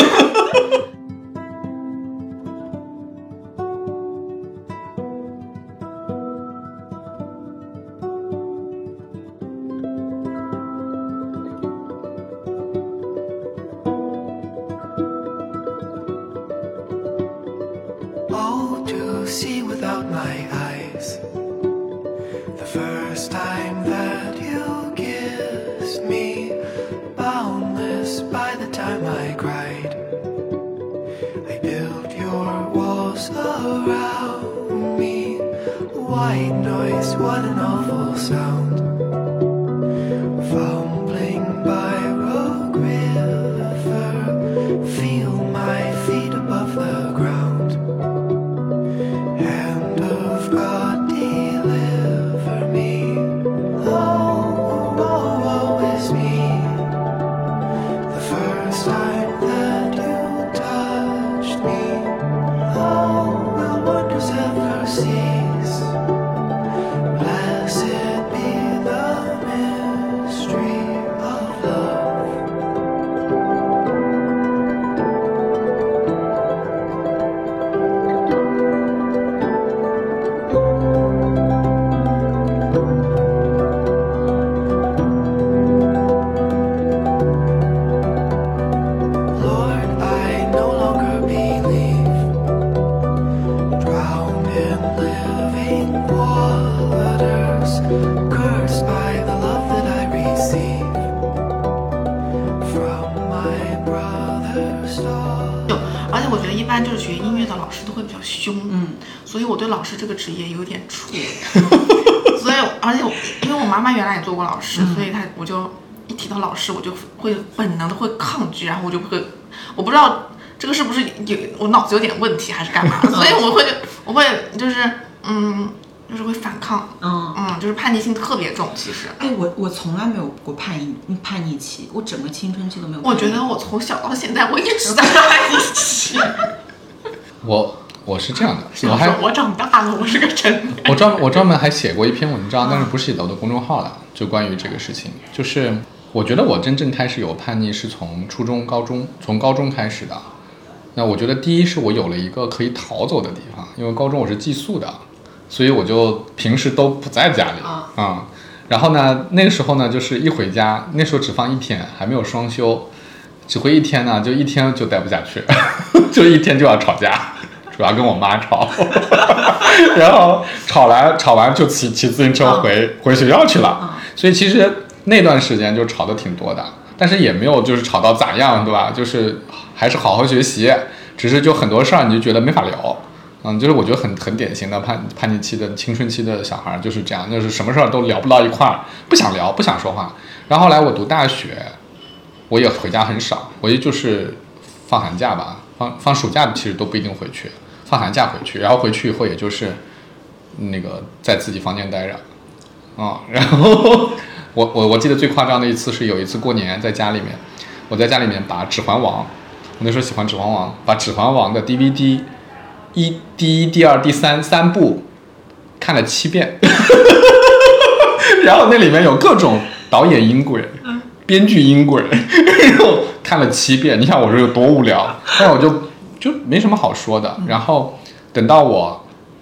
See without my eyes, the first time that you kissed me, boundless by the time I cried. I built your walls around me, white noise, what an awful sound. Fumbling by Rogue River, feel my feet above the ground.Hand of God, deliver me. Oh, oh, oh, it's me. The first time that you touched me. Oh, will wonders ever cease? Blessed be the mystery of love.凶，嗯，所以我对老师这个职业有点怵，所以而且我因为我妈妈原来也做过老师，嗯、所以她我就一提到老师，我就会本能的会抗拒，然后我就会，我不知道这个是不是有我脑子有点问题还是干嘛，所以我会我会就是嗯。就是会反抗，嗯嗯，就是叛逆性特别重。其实， 哎，我我从来没有过叛逆叛逆期，我整个青春期都没有叛逆。 我觉得我从小到现在我一直在叛逆期。 我我是这样的， 我还我长大了，我是个成年人。 我专我专门还写过一篇文章，但是不是写到我的公众号了，就关于这个事情。就是我觉得我真正开始有叛逆是从初中、高中，从高中开始的。那我觉得第一是我有了一个可以逃走的地方，因为高中我是寄宿的。所以我就平时都不在家里啊、嗯，然后呢，那个时候呢，就是一回家，那时候只放一天，还没有双休，只回一天呢，就一天就待不下去，就一天就要吵架，主要跟我妈吵，然后吵完吵完就骑骑自行车回、啊、回学校去了，所以其实那段时间就吵得挺多的，但是也没有就是吵到咋样，对吧？就是还是好好学习，只是就很多事儿你就觉得没法聊。嗯，就是我觉得很很典型的叛叛逆期的青春期的小孩就是这样，就是什么事儿都聊不到一块儿，不想聊，不想说话。然后后来我读大学，我也回家很少，我也就是放寒假吧，放放暑假其实都不一定回去，放寒假回去，然后回去以后也就是那个在自己房间待着，啊、嗯，然后我我我记得最夸张的一次是有一次过年在家里面，我在家里面把《指环王》，我那时候喜欢《指环王》，把《指环王》的 D V D。一第一、第二、第三三部看了七遍，然后那里面有各种导演音轨、嗯、编剧音轨，然后看了七遍。你想我这有多无聊？但我就就没什么好说的。然后等到我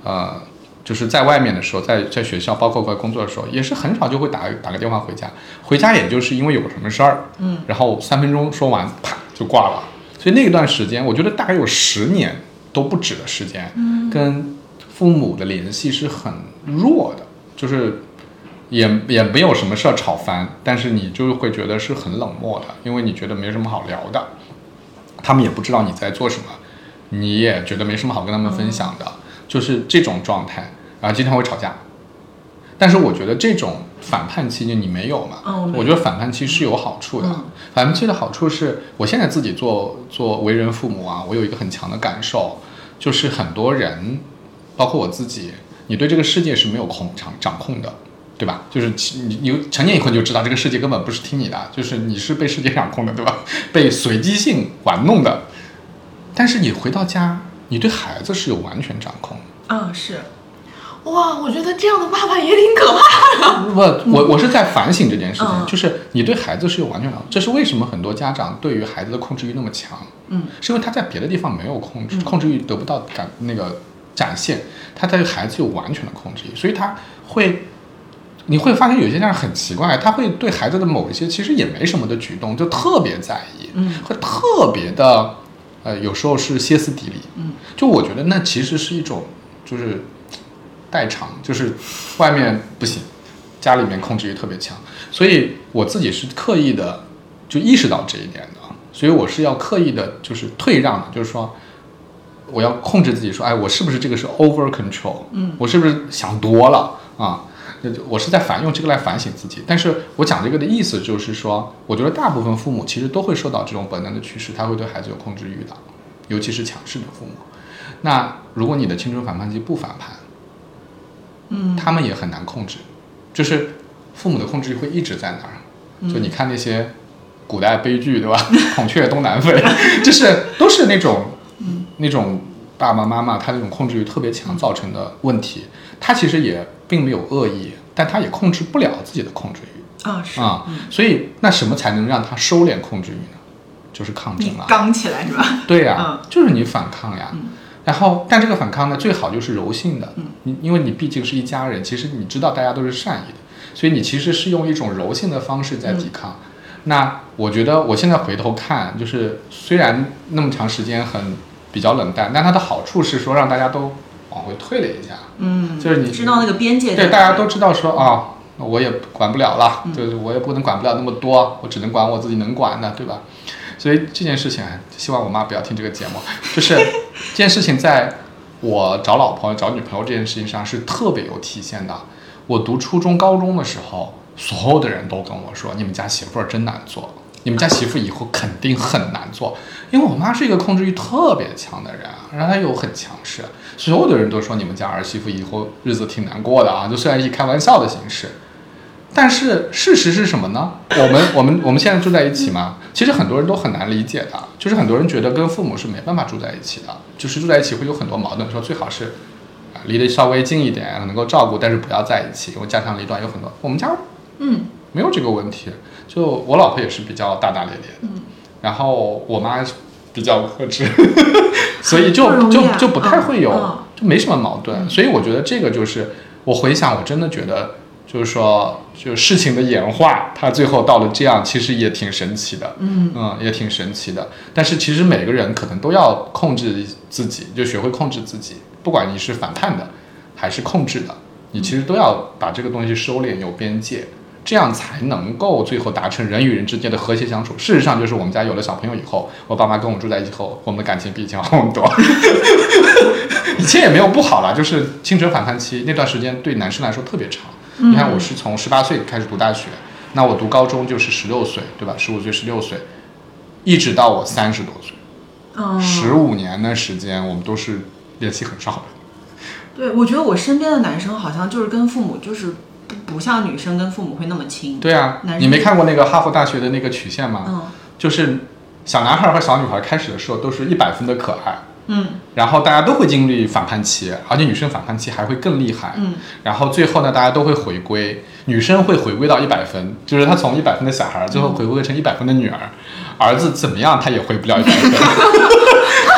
呃，就是在外面的时候，在在学校，包括在工作的时候，也是很少就会打打个电话回家。回家也就是因为有什么事儿，嗯，然后三分钟说完，啪就挂了。所以那段时间，我觉得大概有十年都不止的时间，嗯，跟父母的联系是很弱的，就是也也没有什么事儿吵翻，但是你就会觉得是很冷漠的，因为你觉得没什么好聊的，他们也不知道你在做什么，你也觉得没什么好跟他们分享的，嗯，就是这种状态，然后经常会吵架。但是我觉得这种反叛期就你没有嘛，哦，我觉得反叛期是有好处的，嗯，反叛期的好处是我现在自己做做为人父母啊，我有一个很强的感受，就是很多人包括我自己，你对这个世界是没有控掌掌控的，对吧？就是你你成年以后你就知道这个世界根本不是听你的，就是你是被世界掌控的，对吧？被随机性玩弄的。但是你回到家，你对孩子是有完全掌控的。 啊，是。 哇，我觉得这样的爸爸也挺可怕的。 不，我我是在反省这件事情，嗯，就是你对孩子是有完全掌控。这是为什么很多家长对于孩子的控制欲那么强？嗯，是因为他在别的地方没有控制，控制欲得不到感那个展现，他对孩子有完全的控制欲，所以他会，你会发现有些家长很奇怪，他会对孩子的某一些其实也没什么的举动就特别在意，嗯，会特别的，呃，有时候是歇斯底里，嗯，就我觉得那其实是一种就是代偿，就是外面不行，家里面控制欲特别强，所以我自己是刻意的就意识到这一点的，所以我是要刻意的就是退让的，就是说我要控制自己说，哎，我是不是这个是 over control，嗯，我是不是想多了啊？我是在反用这个来反省自己。但是我讲这个的意思就是说，我觉得大部分父母其实都会受到这种本能的趋势，他会对孩子有控制欲的，尤其是强势的父母。那如果你的青春反叛期不反叛，嗯，他们也很难控制，就是父母的控制欲会一直在那儿。就你看那些古代悲剧，对吧？孔雀东南飞，就是都是那种那种爸爸妈妈他那种控制欲特别强造成的问题。他其实也并没有恶意，但他也控制不了自己的控制欲啊，是啊、嗯，所以那什么才能让他收敛控制欲呢？就是抗争啊， 刚起来是吧？ 对呀、啊嗯，就是你反抗呀。嗯、然后，但这个反抗呢，最好就是柔性的，嗯，你因为你毕竟是一家人，其实你知道大家都是善意的，所以你其实是用一种柔性的方式在抵抗。嗯、那我觉得我现在回头看，就是虽然那么长时间很比较冷淡，但它的好处是说让大家都往回退了一下，嗯，就是你知道那个边界， 对，大家都知道说啊、哦，我也管不了了，嗯、就是我也不能管不了那么多，我只能管我自己能管的，对吧？所以这件事情，希望我妈不要听这个节目。就是这件事情，在我找老婆、找女朋友这件事情上是特别有体现的。我读初中、高中的时候，所有的人都跟我说：“你们家媳妇儿真难做，你们家媳妇以后肯定很难做。”因为我妈是一个控制欲特别强的人，然后她又很强势，所有的人都说你们家儿媳妇以后日子挺难过的啊，就虽然以开玩笑的形式。但是事实是什么呢？我们我们我们现在住在一起嘛，其实很多人都很难理解的，就是很多人觉得跟父母是没办法住在一起的，就是住在一起会有很多矛盾，说最好是离得稍微近一点，能够照顾，但是不要在一起，因为家长里短有很多。我们家嗯没有这个问题，就我老婆也是比较大大咧咧的，嗯，然后我妈比较克制，所以就就就不太会有，就没什么矛盾。所以我觉得这个就是我回想，我真的觉得。就是说，就事情的演化，它最后到了这样，其实也挺神奇的，嗯嗯，也挺神奇的。但是其实每个人可能都要控制自己，就学会控制自己，不管你是反叛的还是控制的，你其实都要把这个东西收敛，有边界，这样才能够最后达成人与人之间的和谐相处。事实上，就是我们家有了小朋友以后，我爸妈跟我住在一起后，我们的感情比以前好很多。以前也没有不好啦，就是青春反叛期那段时间对男生来说特别长。你看，我是从十八岁开始读大学，那我读高中就是十六岁，对吧？十五岁、十六岁，一直到我三十多岁，十五年的时间，我们都是联系很少的。 对，我觉得我身边的男生好像就是跟父母就是不不像女生跟父母会那么亲。 对啊，你没看过那个哈佛大学的那个曲线吗？嗯，就是小男孩和小女孩开始的时候都是一百分的可爱。嗯，然后大家都会经历反叛期，而且女生反叛期还会更厉害。嗯，然后最后呢，大家都会回归，女生会回归到一百分，就是她从一百分的小孩最后回归成一百分的女儿，儿子怎么样她也回不了一百分，她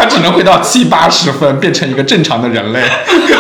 他只能回到七八十分，变成一个正常的人类。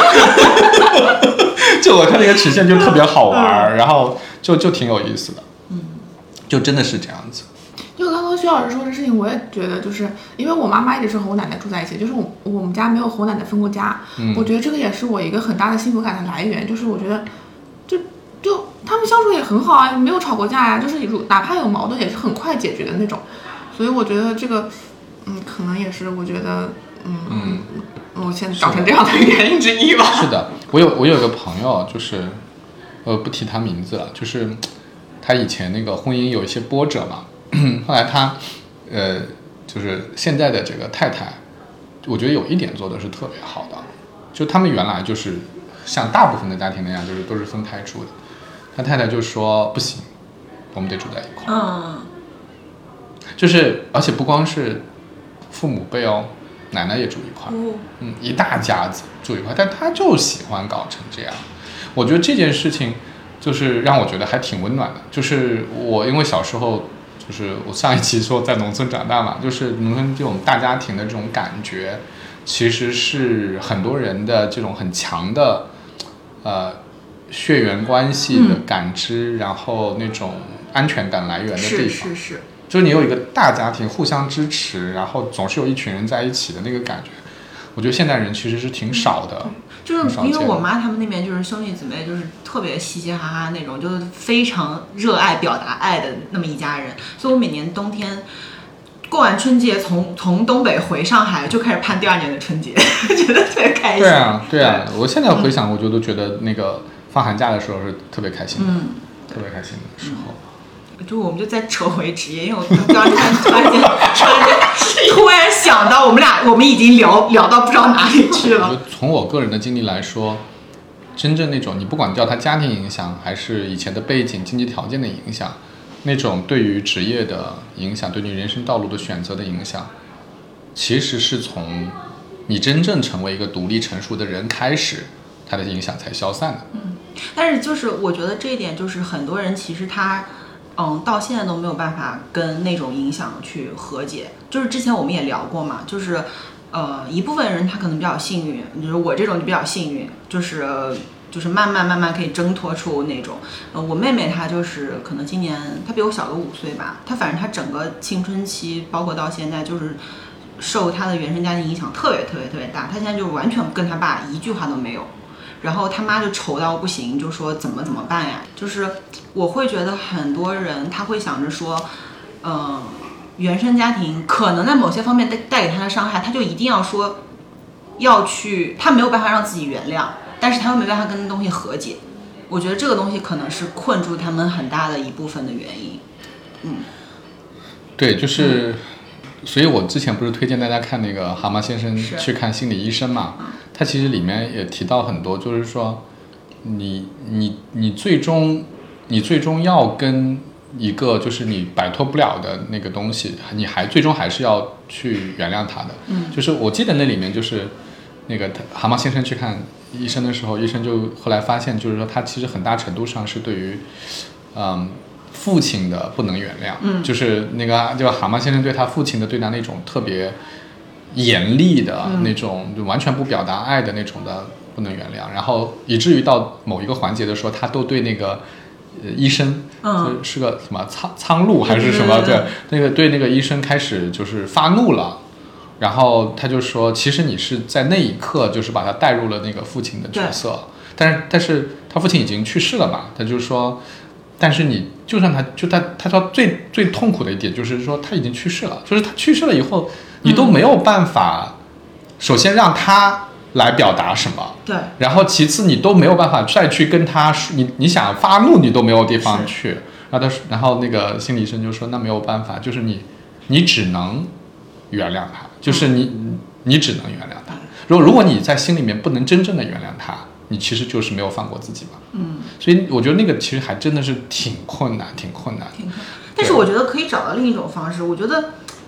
就我看那个曲线就特别好玩，然后就就挺有意思的，嗯，就真的是这样子。 就刚刚徐老师说的事情，我也觉得，就是因为我妈妈一直是和我奶奶住在一起，就是我我们家没有和我奶奶分过家，嗯，我觉得这个也是我一个很大的幸福感的来源，就是我觉得就就他们相处也很好啊，没有吵过架呀、啊，就是哪怕有矛盾也是很快解决的那种，所以我觉得这个嗯，可能也是我觉得嗯嗯，我现在长成这样的原因之一吧。 是的，我有我有一个朋友，就是呃不提他名字了，就是他以前那个婚姻有一些波折嘛。后来他，呃，就是现在的这个太太，我觉得有一点做的是特别好的，就他们原来就是像大部分的家庭那样，就是都是分开住的。他太太就说不行，我们得住在一块儿。嗯，就是而且不光是父母辈哦，奶奶也住一块儿，嗯，一大家子住一块儿，但他就喜欢搞成这样。我觉得这件事情就是让我觉得还挺温暖的。就是我因为小时候。就是我上一期说在农村长大嘛，就是农村这种大家庭的这种感觉，其实是很多人的这种很强的呃血缘关系的感知、嗯，然后那种安全感来源的地方。是是是，就是你有一个大家庭互相支持，然后总是有一群人在一起的那个感觉，我觉得现代人其实是挺少的。嗯就是因为我妈他们那边就是兄弟姊妹，就是特别嘻嘻哈哈那种，就是非常热爱表达爱的那么一家人，所以我每年冬天过完春节从从东北回上海就开始盼第二年的春节，觉得特别开心。 对啊对啊，我现在回想，我就都觉得那个放寒假的时候是特别开心的，嗯，特别开心的时候。 就我们就再扯回职业，因为我刚才突然间突然想到，我们俩我们已经聊聊到不知道哪里去了。 就从我个人的经历来说，真正那种你不管叫它家庭影响，还是以前的背景、经济条件的影响，那种对于职业的影响，对你人生道路的选择的影响，其实是从你真正成为一个独立成熟的人开始，它的影响才消散的。 嗯，但是就是我觉得这一点，就是很多人其实他。嗯，到现在都没有办法跟那种影响去和解。就是之前我们也聊过嘛，就是呃一部分人他可能比较幸运，就是我这种就比较幸运，就是就是慢慢慢慢可以挣脱出那种。呃，我妹妹她就是可能今年她比我小个五岁吧，她反正她整个青春期包括到现在就是受她的原生家庭影响特别特别特别大，她现在就完全跟她爸一句话都没有。然后他妈就愁到不行，就说怎么怎么办呀？就是我会觉得很多人他会想着说，嗯、呃，原生家庭可能在某些方面带带给他的伤害，他就一定要说要去，他没有办法让自己原谅，但是他又没办法跟那东西和解。我觉得这个东西可能是困住他们很大的一部分的原因。嗯， 对，就是。嗯，所以我之前不是推荐大家看那个蛤蟆先生去看心理医生嘛，他其实里面也提到很多，就是说你你你最终你最终要跟一个就是你摆脱不了的那个东西，你还最终还是要去原谅他的。嗯，就是我记得那里面就是那个蛤蟆先生去看医生的时候，医生就后来发现，就是说他其实很大程度上是对于嗯父亲的不能原谅，嗯，就是那个就蛤蟆先生对他父亲的对他那种特别严厉的那种，就完全不表达爱的那种的不能原谅，然后以至于到某一个环节的时候，他都对那个呃医生，嗯，是个什么苍苍鹭还是什么，对，那个对那个医生开始就是发怒了。然后他就说，其实你是在那一刻就是把他带入了那个父亲的角色，但是但是他父亲已经去世了嘛，他就说。但是你就算他就他他说最最痛苦的一点就是说他已经去世了，就是他去世了以后，你都没有办法，首先让他来表达什么， 对， 然后其次你都没有办法再去跟他你你想发怒你都没有地方去，然后他然后那个心理医生就说那没有办法，就是你你只能原谅他，就是你、嗯、你只能原谅他，如果如果你在心里面不能真正的原谅他。你其实就是没有放过自己嘛，嗯，所以我觉得那个其实还真的是挺困难，挺困难。 但是我觉得可以找到另一种方式，我觉得可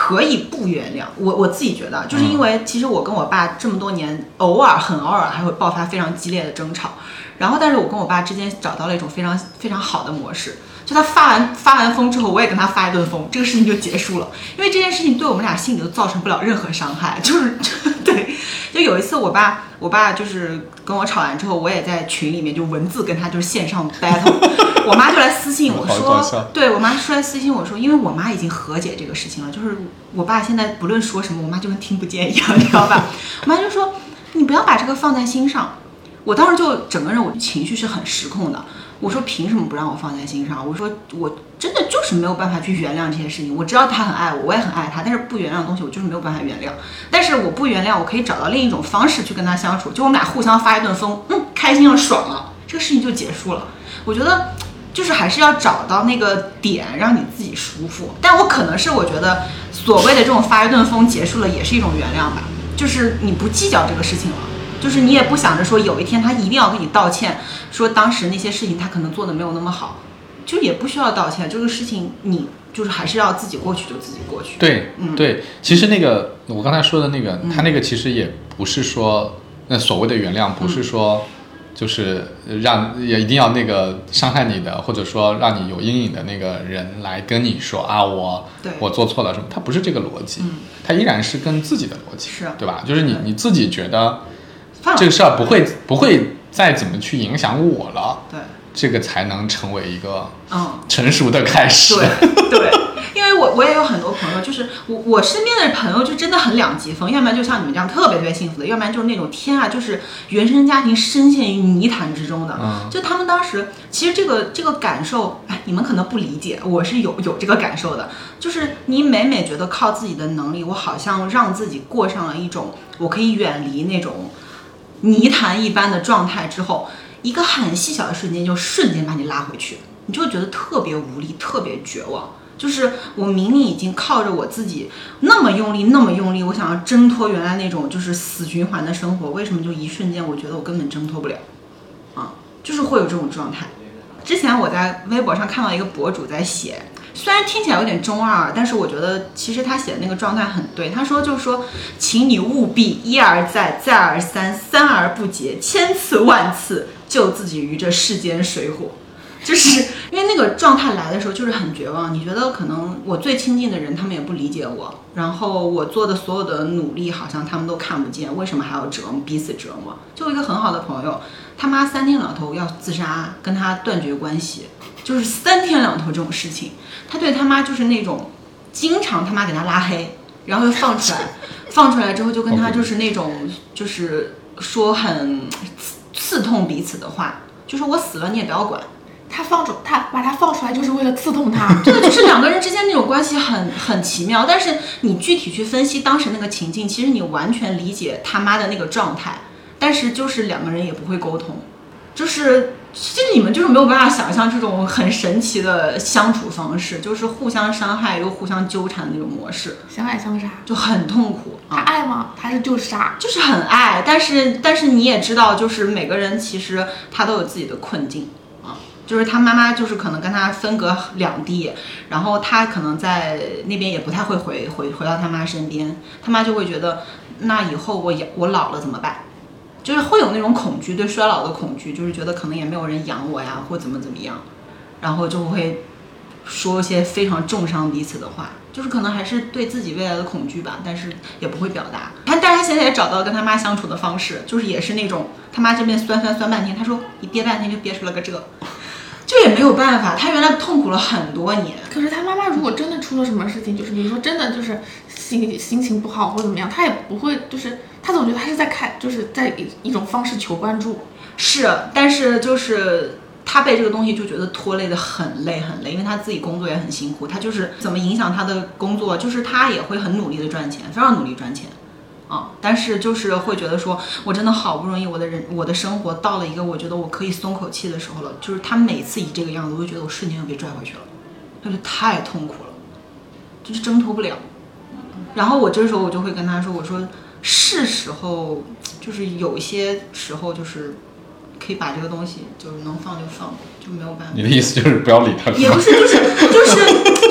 可以不原谅我，我自己觉得，就是因为其实我跟我爸这么多年，偶尔很偶尔还会爆发非常激烈的争吵，然后但是我跟我爸之间找到了一种非常非常好的模式，就他发完发完疯之后，我也跟他发一顿疯，这个事情就结束了，因为这件事情对我们俩心里都造成不了任何伤害，就是对，就有一次我爸我爸就是跟我吵完之后，我也在群里面就文字跟他就是线上 battle， 我妈就来私信我说，对我妈说来私信我说，因为我妈已经和解这个事情了，就是我爸现在不论说什么，我妈就跟听不见一样，你知道吧？我妈就说你不要把这个放在心上。我当时就整个人我情绪是很失控的，我说凭什么不让我放在心上？我说我真的就是没有办法去原谅这些事情，我知道他很爱我，我也很爱他，但是不原谅的东西我就是没有办法原谅。但是我不原谅，我可以找到另一种方式去跟他相处，就我们俩互相发一顿疯，嗯，开心了爽了，这个事情就结束了。我觉得就是还是要找到那个点让你自己舒服。但我可能是我觉得所谓的这种发一顿疯结束了也是一种原谅吧，就是你不计较这个事情了。就是你也不想着说有一天他一定要跟你道歉，说当时那些事情他可能做的没有那么好，就也不需要道歉。这个事情你就是还是要自己过去就自己过去。 对，嗯，对。其实那个我刚才说的那个， 嗯、 他那个其实也不是说那所谓的原谅，不是说就是让也一定要那个伤害你的，或者说让你有阴影的那个人来跟你说啊，我我做错了什么？他不是这个逻辑， 嗯， 他依然是跟自己的逻辑， 是对吧？就是你你自己觉得。这个事儿不会不会再怎么去影响我了， 对， 这个才能成为一个嗯成熟的开始。 对对，因为我我也有很多朋友，就是我我身边的朋友就真的很两极分，要不然就像你们这样特别特别幸福的，要不然就是那种天啊，就是原生家庭深陷于泥潭之中的。 嗯， 就他们当时其实这个这个感受，哎，你们可能不理解，我是有有这个感受的，就是你每每觉得靠自己的能力，我好像让自己过上了一种我可以远离那种泥潭一般的状态之后，一个很细小的瞬间就瞬间把你拉回去，你就会觉得特别无力，特别绝望。就是我明明已经靠着我自己那么用力那么用力，我想要挣脱原来那种就是死循环的生活，为什么就一瞬间我觉得我根本挣脱不了啊？就是会有这种状态。之前我在微博上看到一个博主在写，虽然听起来有点中二，但是我觉得其实他写的那个状态很对。他说就是说，请你务必一而再再而三三而不竭，千次万次救自己于这世间水火。就是因为那个状态来的时候就是很绝望，你觉得可能我最亲近的人他们也不理解我，然后我做的所有的努力好像他们都看不见，为什么还要折磨彼此折磨？就一个很好的朋友，他妈三天两头要自杀，跟他断绝关系，就是三天两头这种事情，他对他妈就是那种经常他妈给他拉黑，然后又放出来放出来之后就跟他就是那种就是说很刺痛彼此的话，就说我死了你也不要管。 他放出他把他放出来就是为了刺痛他， 对，就是两个人之间那种关系很很奇妙。但是你具体去分析当时那个情境，其实你完全理解他妈的那个状态，但是就是两个人也不会沟通，就是其实你们就是没有办法想象这种很神奇的相处方式，就是互相伤害又互相纠缠的那种模式， 相爱相杀， 就很痛苦。 他爱吗？他是就是杀， 就是很爱，但是但是你也知道，就是每个人其实他都有自己的困境。就是他妈妈就是可能跟他分隔两地，然后他可能在那边也不太会回回回到他妈身边，他妈就会觉得那以后我我老了怎么办，就是会有那种恐惧，对衰老的恐惧，就是觉得可能也没有人养我呀或怎么怎么样，然后就会说一些非常重伤彼此的话，就是可能还是对自己未来的恐惧吧，但是也不会表达。他但是他现在也找到跟他妈相处的方式，就是也是那种他妈这边酸酸酸半天，他说你憋半天就憋出了个这，就也没有办法，他原来痛苦了很多年。 可是他妈妈如果真的出了什么事情，就是比如说真的就是心心情不好或怎么样，他也不会，就是他总觉得他是在看，就是在一一种方式求关注。 是，但是就是他被这个东西就觉得拖累的很累很累，因为他自己工作也很辛苦，他就是怎么影响他的工作，就是他也会很努力的赚钱，非常努力赚钱。啊、嗯，但是就是会觉得说，我真的好不容易，我的人我的生活到了一个我觉得我可以松口气的时候了，就是他每次以这个样子，我就觉得我瞬间又被拽回去了，他就太痛苦了，就是挣脱不了。然后我这时候我就会跟他说，我说是时候，就是有一些时候就是可以把这个东西就是能放就放，就没有办法。 你的意思就是不要理他？ 也不是，就是就是就是你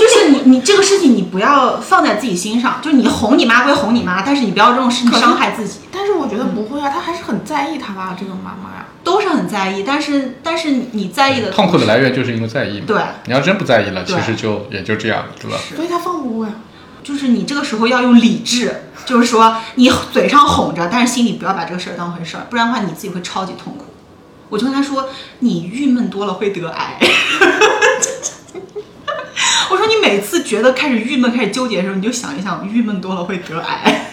你这个事情你不要放在自己心上，就是你哄你妈归哄你妈，但是你不要这种事情伤害自己。 但是我觉得不会啊，他还是很在意他吧，这个妈妈呀。 都是很在意，但是但是你在意的痛苦的来源就是因为在意嘛。 对， 你要真不在意了，其实就也就这样子了。 所以他放不过呀。 就是你这个时候要用理智，就是说你嘴上哄着，但是心里不要把这个事儿当回事儿，不然的话你自己会超级痛苦。我就跟他说，你郁闷多了会得癌。我说你每次觉得开始郁闷、开始纠结的时候，你就想一想，郁闷多了会得癌。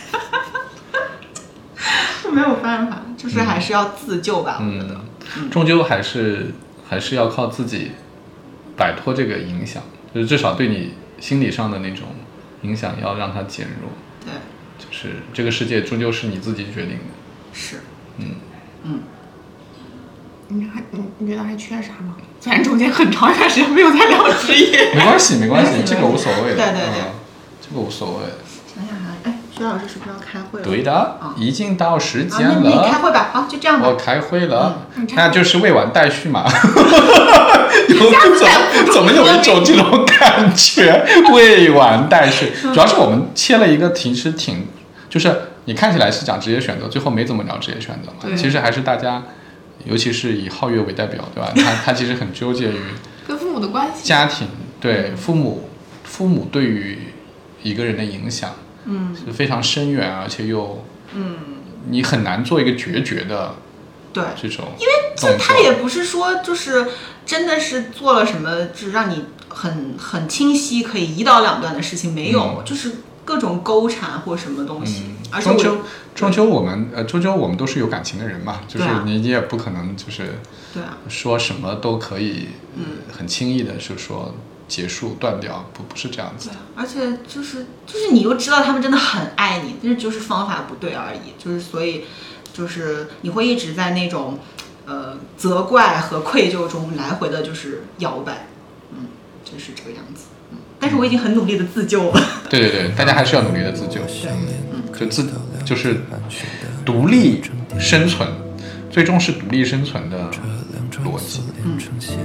没有办法，就是还是要自救吧， 嗯、 我觉得、 嗯，终究还是还是要靠自己摆脱这个影响，就是至少对你心理上的那种影响要让它减弱。 对， 就是这个世界终究是你自己决定的。 是， 嗯嗯。 你还你你觉得还缺啥吗？虽然中间很长一段时间没有在聊职业。 没关系，没关系，这个无所谓的。 对对对、 嗯，这个无所谓。 想想还，哎，薛老师是不是要开会了？ 对的， 啊、 已经到时间了。 啊、那你开会吧，好，就这样吧。 我开会了， 嗯、 那就是未完待续嘛。有怎么怎么有一种这种感觉？未完待续，主要是我们切了一个其实挺，就是你看起来是讲职业选择，最后没怎么聊职业选择嘛。其实还是大家。尤其是以皓月为代表，对吧？他他其实很纠结于跟父母的关系， 家庭对父母，父母对于一个人的影响，嗯，是非常深远，而且又，嗯，你很难做一个决绝的， 对这种， 因为这他也不是说就是真的是做了什么，就是让你很很清晰可以一刀两断的事情，没有，嗯、就是各种勾缠或什么东西， 嗯、 而且我。 终究我们呃，终究我们都是有感情的人嘛，就是你你也不可能就是说什么都可以，嗯，很轻易的就说结束断掉，不不是这样子的。 而且就是就是你又知道他们真的很爱你，但是就是方法不对而已，就是所以就是你会一直在那种呃责怪和愧疚中来回的就是摇摆，嗯，就是这个样子。嗯，但是我已经很努力的自救了。 对对对，大家还是要努力的自救，嗯，就自就是独立生存，最终是独立生存的逻辑。嗯，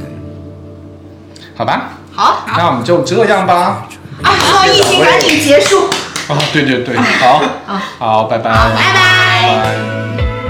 好吧， 好， 那我们就这样吧。 啊，希望疫情赶紧结束。 啊，对对对，好，好，拜拜， 拜拜。 拜拜。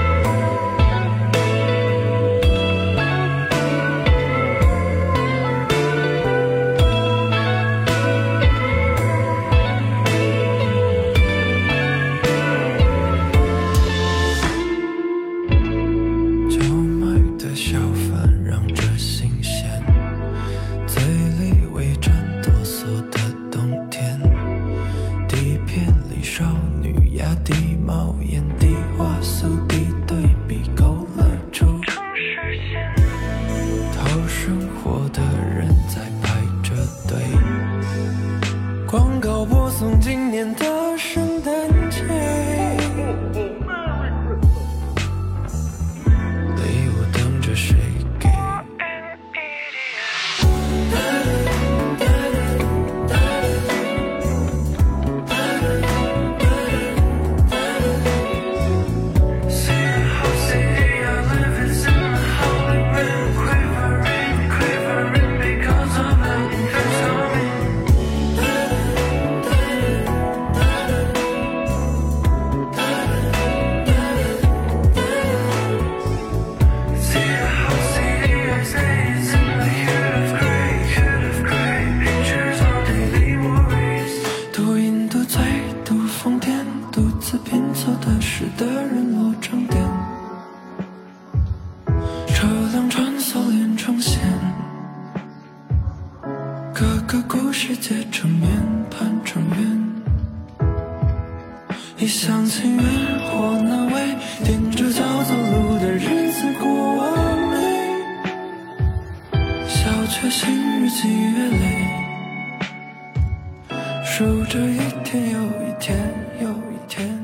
一厢情愿或难为，踮着脚走路的日子过完美，小确幸日积月累，数着一天又一天又一天。